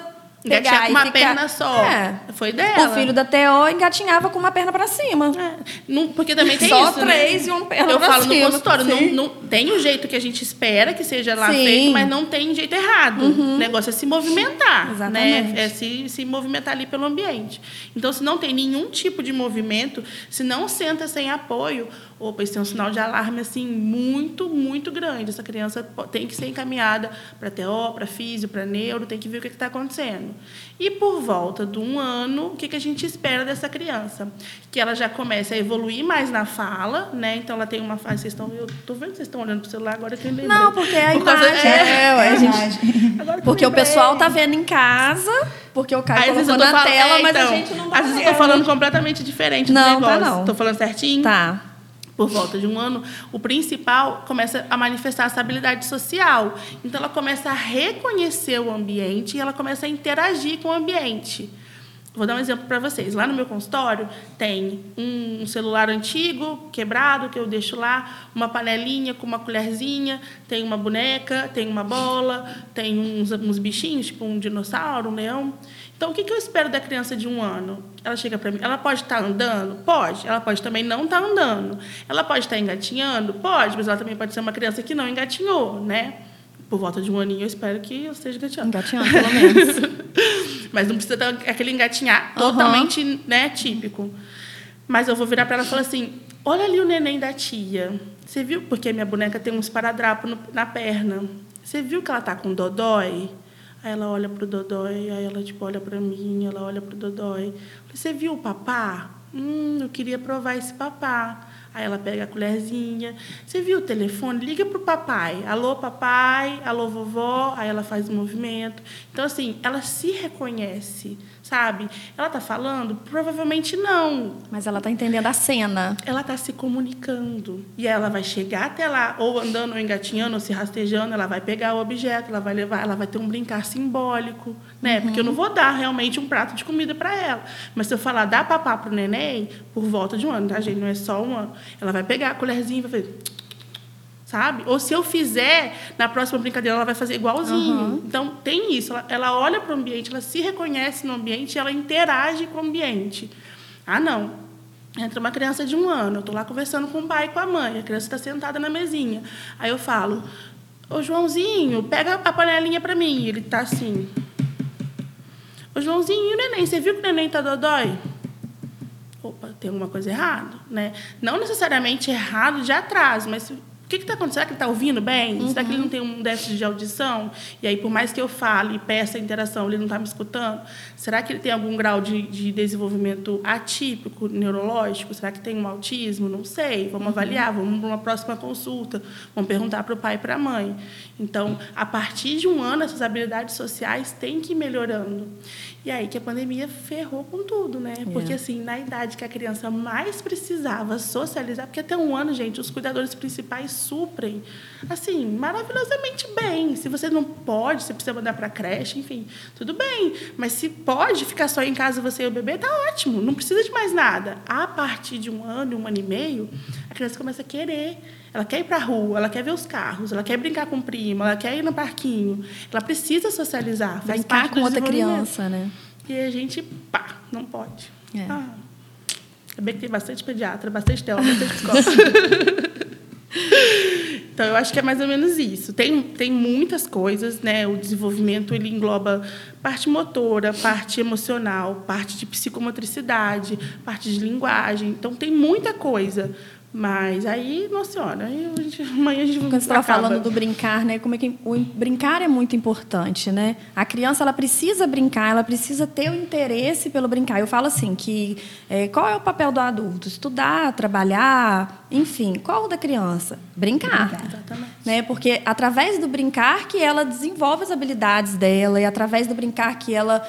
Engatinhar com uma perna só. Foi dela. O filho da Theo engatinhava com uma perna pra cima. Porque também tem só isso, três, né? e uma perna Eu pra falo cima. no consultório, não tem o jeito que a gente espera que seja lá feito, mas não tem jeito errado. O negócio é se movimentar. Exatamente. Né? É se movimentar ali pelo ambiente. Então, se não tem nenhum tipo de movimento, se não senta sem apoio, opa, isso é um sinal de alarme assim, muito, muito grande. Essa criança tem que ser encaminhada para TO, para físio, para neuro, tem que ver o que está acontecendo. E por volta de 1 ano, o que a gente espera dessa criança? Que ela já comece a evoluir mais na fala, né? Então ela tem uma fase. Eu estou vendo que vocês estão olhando para o celular agora que eu lembrei. Não, porque é a imagem. Porque o pessoal tá vendo em casa, porque o Caio colocou na tela, mas a gente não tá às vezes eu estou falando completamente diferente do negócio. Tá, não. Estou falando certinho? Tá. Por volta de 1 ano, o principal começa a manifestar essa habilidade social. Então, ela começa a reconhecer o ambiente e ela começa a interagir com o ambiente. Vou dar um exemplo para vocês. Lá no meu consultório tem um celular antigo, quebrado, que eu deixo lá, uma panelinha com uma colherzinha, tem uma boneca, tem uma bola, tem uns bichinhos, tipo um dinossauro, um leão. Então, o que eu espero da criança de 1 ano? Ela chega para mim, ela pode estar andando? Pode. Ela pode também não estar andando. Ela pode estar engatinhando? Pode, mas ela também pode ser uma criança que não engatinhou, né? Por volta de 1 aninho, eu espero que eu esteja engatinhando. Engatinhando, pelo menos. Mas não precisa ter aquele engatinhar totalmente, né, típico. Mas eu vou virar para ela e falar assim, olha ali o neném da tia. Você viu? Porque minha boneca tem um esparadrapo na perna. Você viu que ela está com dodói? Aí ela olha pro dodói, aí ela tipo olha para mim, ela olha pro dodói. Você viu o papá? Eu queria provar esse papá. Aí ela pega a colherzinha. Você viu o telefone? Liga pro papai. Alô, papai. Alô, vovó. Aí ela faz o movimento. Então, assim, ela se reconhece, sabe? Ela está falando? Provavelmente não. Mas ela está entendendo a cena. Ela está se comunicando. E ela vai chegar até lá, ou andando, ou engatinhando, ou se rastejando, ela vai pegar o objeto, ela vai levar, ela vai ter um brincar simbólico, né? Porque eu não vou dar realmente um prato de comida para ela. Mas se eu falar, dá papá pro neném, por volta de 1 ano, tá, gente? Não é só 1 ano. Ela vai pegar a colherzinha e vai fazer... Sabe? Ou se eu fizer, na próxima brincadeira ela vai fazer igualzinho. Então, tem isso. Ela olha para o ambiente, ela se reconhece no ambiente, ela interage com o ambiente. Ah, não. Entra uma criança de 1 ano, eu estou lá conversando com o pai e com a mãe, a criança está sentada na mesinha. Aí eu falo, ô Joãozinho, pega a panelinha para mim. E ele está assim. Ô Joãozinho, e o neném? Você viu que o neném está dodói? Opa, tem alguma coisa errada, né? Não necessariamente errado de atraso, mas... O que está acontecendo? Será que ele está ouvindo bem? Será que ele não tem um déficit de audição? E aí, por mais que eu fale e peça a interação, ele não está me escutando? Será que ele tem algum grau de desenvolvimento atípico, neurológico? Será que tem um autismo? Não sei. Vamos avaliar, vamos para uma próxima consulta. Vamos perguntar para o pai e para a mãe. Então, a partir de 1 ano, essas habilidades sociais têm que ir melhorando. E aí que a pandemia ferrou com tudo, né? Porque, assim, na idade que a criança mais precisava socializar, porque até 1 ano, gente, os cuidadores principais suprem, assim, maravilhosamente bem. Se você não pode, você precisa mandar para a creche, enfim, tudo bem. Mas se pode ficar só em casa, você e o bebê, tá ótimo, não precisa de mais nada. A partir de 1 ano, 1 ano e meio, a criança começa a querer. Ela quer ir para a rua, ela quer ver os carros, ela quer brincar com o primo, ela quer ir no parquinho. Ela precisa socializar. Brincar com outra criança, né? E a gente, não pode. É bem que tem bastante pediatra, bastante teólogo, bastante psicólogo. Então, eu acho que é mais ou menos isso. Tem muitas coisas, né? O desenvolvimento ele engloba parte motora, parte emocional, parte de psicomotricidade, parte de linguagem. Então, tem muita coisa. Mas aí, nossa senhora, amanhã a gente vai. Quando você estava falando do brincar, né? Como é que o brincar é muito importante, né? A criança ela precisa brincar, ela precisa ter o interesse pelo brincar. Eu falo assim que qual é o papel do adulto? Estudar, trabalhar, enfim, qual o da criança? Brincar. Exatamente. Né? Porque através do brincar que ela desenvolve as habilidades dela e através do brincar que ela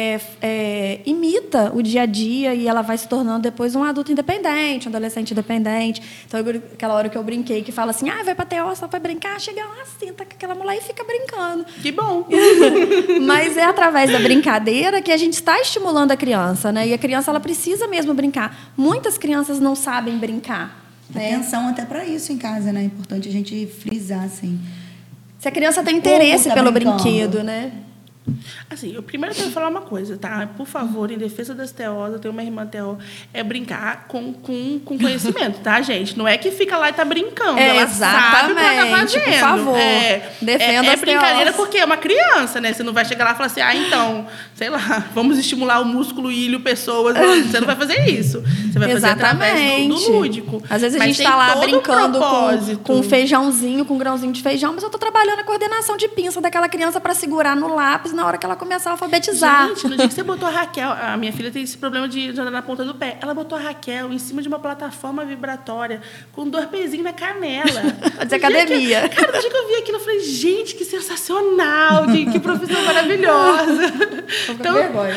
imita o dia a dia e ela vai se tornando depois um adulto independente, um adolescente independente. Então, aquela hora que eu brinquei, que fala assim, vai para TO, só vai brincar, chega lá, senta com aquela mulher e fica brincando. Que bom! Mas é através da brincadeira que a gente está estimulando a criança, né? E a criança, ela precisa mesmo brincar. Muitas crianças não sabem brincar. Né? Atenção até para isso em casa, né? É importante a gente frisar, assim. Se a criança tem interesse pelo brinquedo, né? Assim, eu primeiro quero falar uma coisa, tá? Por favor, em defesa das TOs, eu tenho uma irmã TO, é brincar com conhecimento, tá, gente? Não é que fica lá e tá brincando. Ela sabe o que ela tá fazendo. Por favor, defenda as brincadeira TOs. porque é uma criança, né? Você não vai chegar lá e falar assim, então, sei lá, vamos estimular o músculo, ilho, pessoas. Você não vai fazer isso. Você vai fazer através do lúdico. Às vezes a gente tá lá brincando com um feijãozinho, com um grãozinho de feijão, mas eu tô trabalhando a coordenação de pinça daquela criança para segurar no lápis na hora que ela começar a alfabetizar. Gente, no dia que você botou a Raquel, a minha filha tem esse problema de andar na ponta do pé. Ela botou a Raquel em cima de uma plataforma vibratória com 2 pezinhos na canela. De academia. No dia que eu vi aquilo, eu falei, gente, que sensacional, que profissão maravilhosa. Então, vergonha.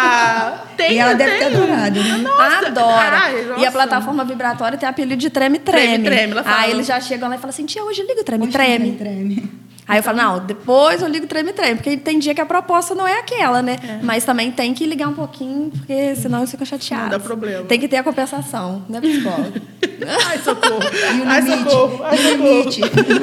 E ela deve ter adorado, né? Nossa, adora. Nossa. E a plataforma vibratória tem apelido de treme-treme. Treme-treme, ela fala. Aí eles já chegam lá e falam assim, tia, hoje liga o treme-treme. Treme. Aí eu falo, não, depois eu ligo o treme-treme, porque tem dia que a proposta não é aquela, né? Mas também tem que ligar um pouquinho, porque senão eu fico chateada. Não dá problema. Tem que ter a compensação, né, psicóloga? Ai, socorro. E o Ai, limite. socorro. Ai, E o limite.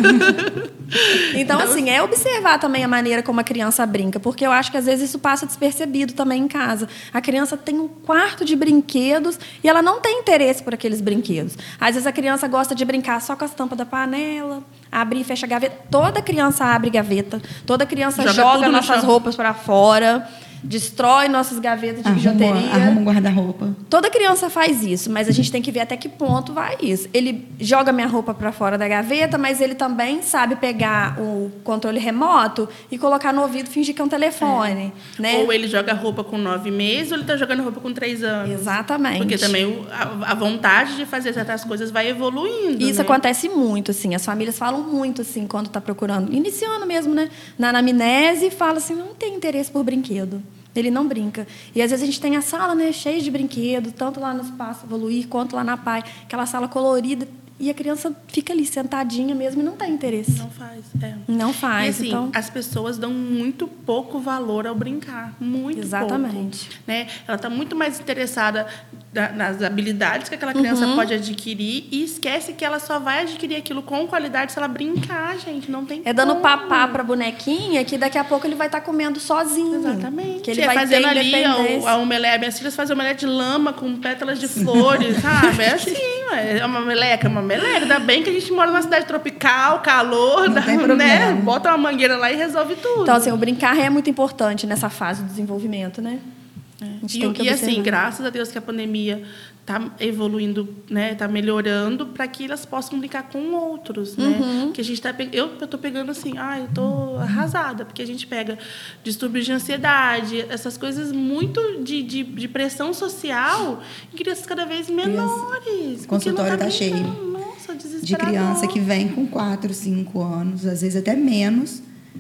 Então, assim, é observar também a maneira como a criança brinca, porque eu acho que às vezes isso passa despercebido também em casa. A criança tem um quarto de brinquedos e ela não tem interesse por aqueles brinquedos. Às vezes a criança gosta de brincar só com as tampas da panela, abrir e fecha a gaveta. Toda criança abre gaveta, toda criança joga nossas roupas para fora, destrói nossas gavetas de bijuteria. Arruma um guarda-roupa. Toda criança faz isso, mas a gente tem que ver até que ponto vai isso. Ele joga minha roupa para fora da gaveta, mas ele também sabe pegar o controle remoto e colocar no ouvido e fingir que é um telefone. Né? Ou ele joga roupa com 9 meses, ou ele está jogando roupa com 3 anos. Exatamente. Porque também a vontade de fazer certas coisas vai evoluindo. Isso, né? acontece muito, assim. As famílias falam muito, assim, quando está procurando. Iniciando mesmo, né? Na anamnese, fala assim, não tem interesse por brinquedo. Ele não brinca. E às vezes a gente tem a sala, né, cheia de brinquedos, tanto lá no Espaço Evoluir quanto lá na PAI, aquela sala colorida, e a criança fica ali sentadinha mesmo e não tem interesse. Não faz, Não faz. E assim, então... as pessoas dão muito pouco valor ao brincar. Muito Exatamente. pouco. Né? Ela está muito mais interessada nas habilidades que aquela criança pode adquirir e esquece que ela só vai adquirir aquilo com qualidade se ela brincar, gente. Não tem É dando como. papá para a bonequinha que daqui a pouco ele vai estar comendo sozinho. Exatamente. Que ele vai fazendo ter ali independência. a omelete. Minhas filhas fazem omelete de lama com pétalas de flores, sabe? É assim, é uma meleca, Ainda bem que a gente mora numa cidade tropical, calor, Não tem né? problema. Bota uma mangueira lá e resolve tudo. Então, assim, o brincar é muito importante nessa fase do desenvolvimento, né? A gente tem que E assim, observar. graças a Deus que a pandemia está evoluindo, né? Está melhorando para que elas possam brincar com outros, né? Que a gente tá eu estou pegando assim, eu estou arrasada, porque a gente pega distúrbios de ansiedade, essas coisas muito de pressão social em crianças cada vez menores. O consultório está cheio. Nossa, De criança que vem com 4, 5 anos, às vezes até menos,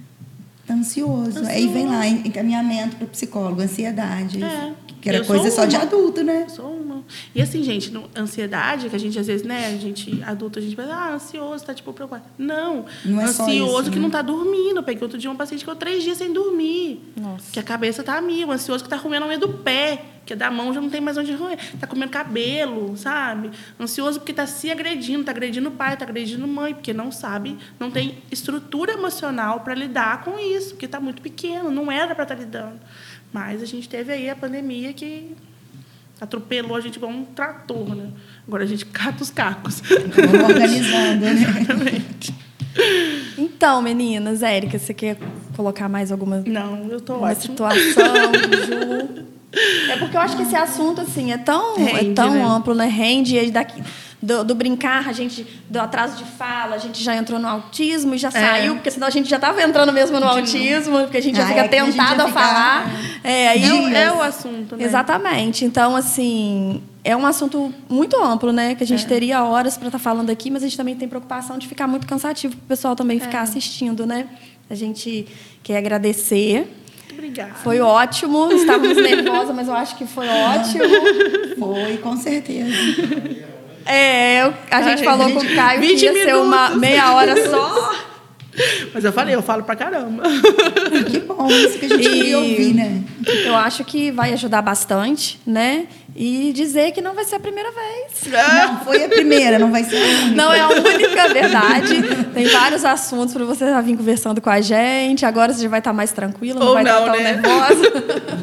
tá ansioso. Aí vem lá, encaminhamento para o psicólogo, ansiedade. Que era coisa só de adulto, né? Sou uma. E assim, gente, ansiedade, que a gente às vezes, né, a gente, adulto, a gente pensa, ansioso, tá tipo preocupado. Não é só ansioso isso, que né? não tá dormindo. Eu peguei outro dia um paciente que ficou 3 dias sem dormir. Nossa. Que a cabeça tá a mil. Ansioso que tá comendo a unha do pé, que da mão já não tem mais onde roer. Tá comendo cabelo, sabe? Ansioso porque tá se agredindo, tá agredindo o pai, tá agredindo a mãe, porque não sabe, não tem estrutura emocional para lidar com isso, porque tá muito pequeno, não era para estar lidando. Mas a gente teve aí a pandemia que atropelou a gente igual um trator, né? Agora a gente cata os cacos. Vamos organizando, né? Exatamente. Então, meninas, Érica, você quer colocar mais alguma Não, eu tô uma ótima. situação, Ju? É porque eu acho que esse assunto, assim, é tão Rende, né? amplo, né? Rende, e daqui... Do brincar, a gente, do atraso de fala, a gente já entrou no autismo e já saiu, porque senão a gente já estava entrando mesmo no autismo, porque a gente já fica é que a gente tentado ia a falar. Aí, É o assunto, né? Exatamente. Então, assim, é um assunto muito amplo, né? Que a gente teria horas para estar falando aqui, mas a gente também tem preocupação de ficar muito cansativo para o pessoal também ficar assistindo, né? A gente quer agradecer. Muito obrigada. Foi ótimo. Estávamos nervosas, mas eu acho que foi ótimo. Foi, com certeza. A gente falou com o Caio que ia ser uma meia hora só. Mas eu falo pra caramba. Que bom, isso que a gente queria ouvir, né? Eu acho que vai ajudar bastante, né? E dizer que não vai ser a primeira vez. Não, foi a primeira, não vai ser a única. Não é a única, verdade. Tem vários assuntos para você vir conversando com a gente. Agora você já vai estar mais tranquila, não vai estar tão nervosa.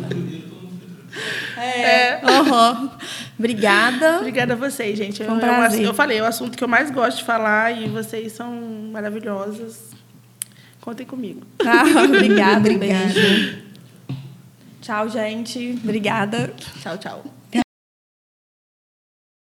Obrigada. Obrigada a vocês, gente. Foi um prazer. Eu falei, é o assunto que eu mais gosto de falar e vocês são maravilhosas. Contem comigo. Obrigada. Obrigada. Beijo. Tchau, gente. Obrigada. Tchau, tchau.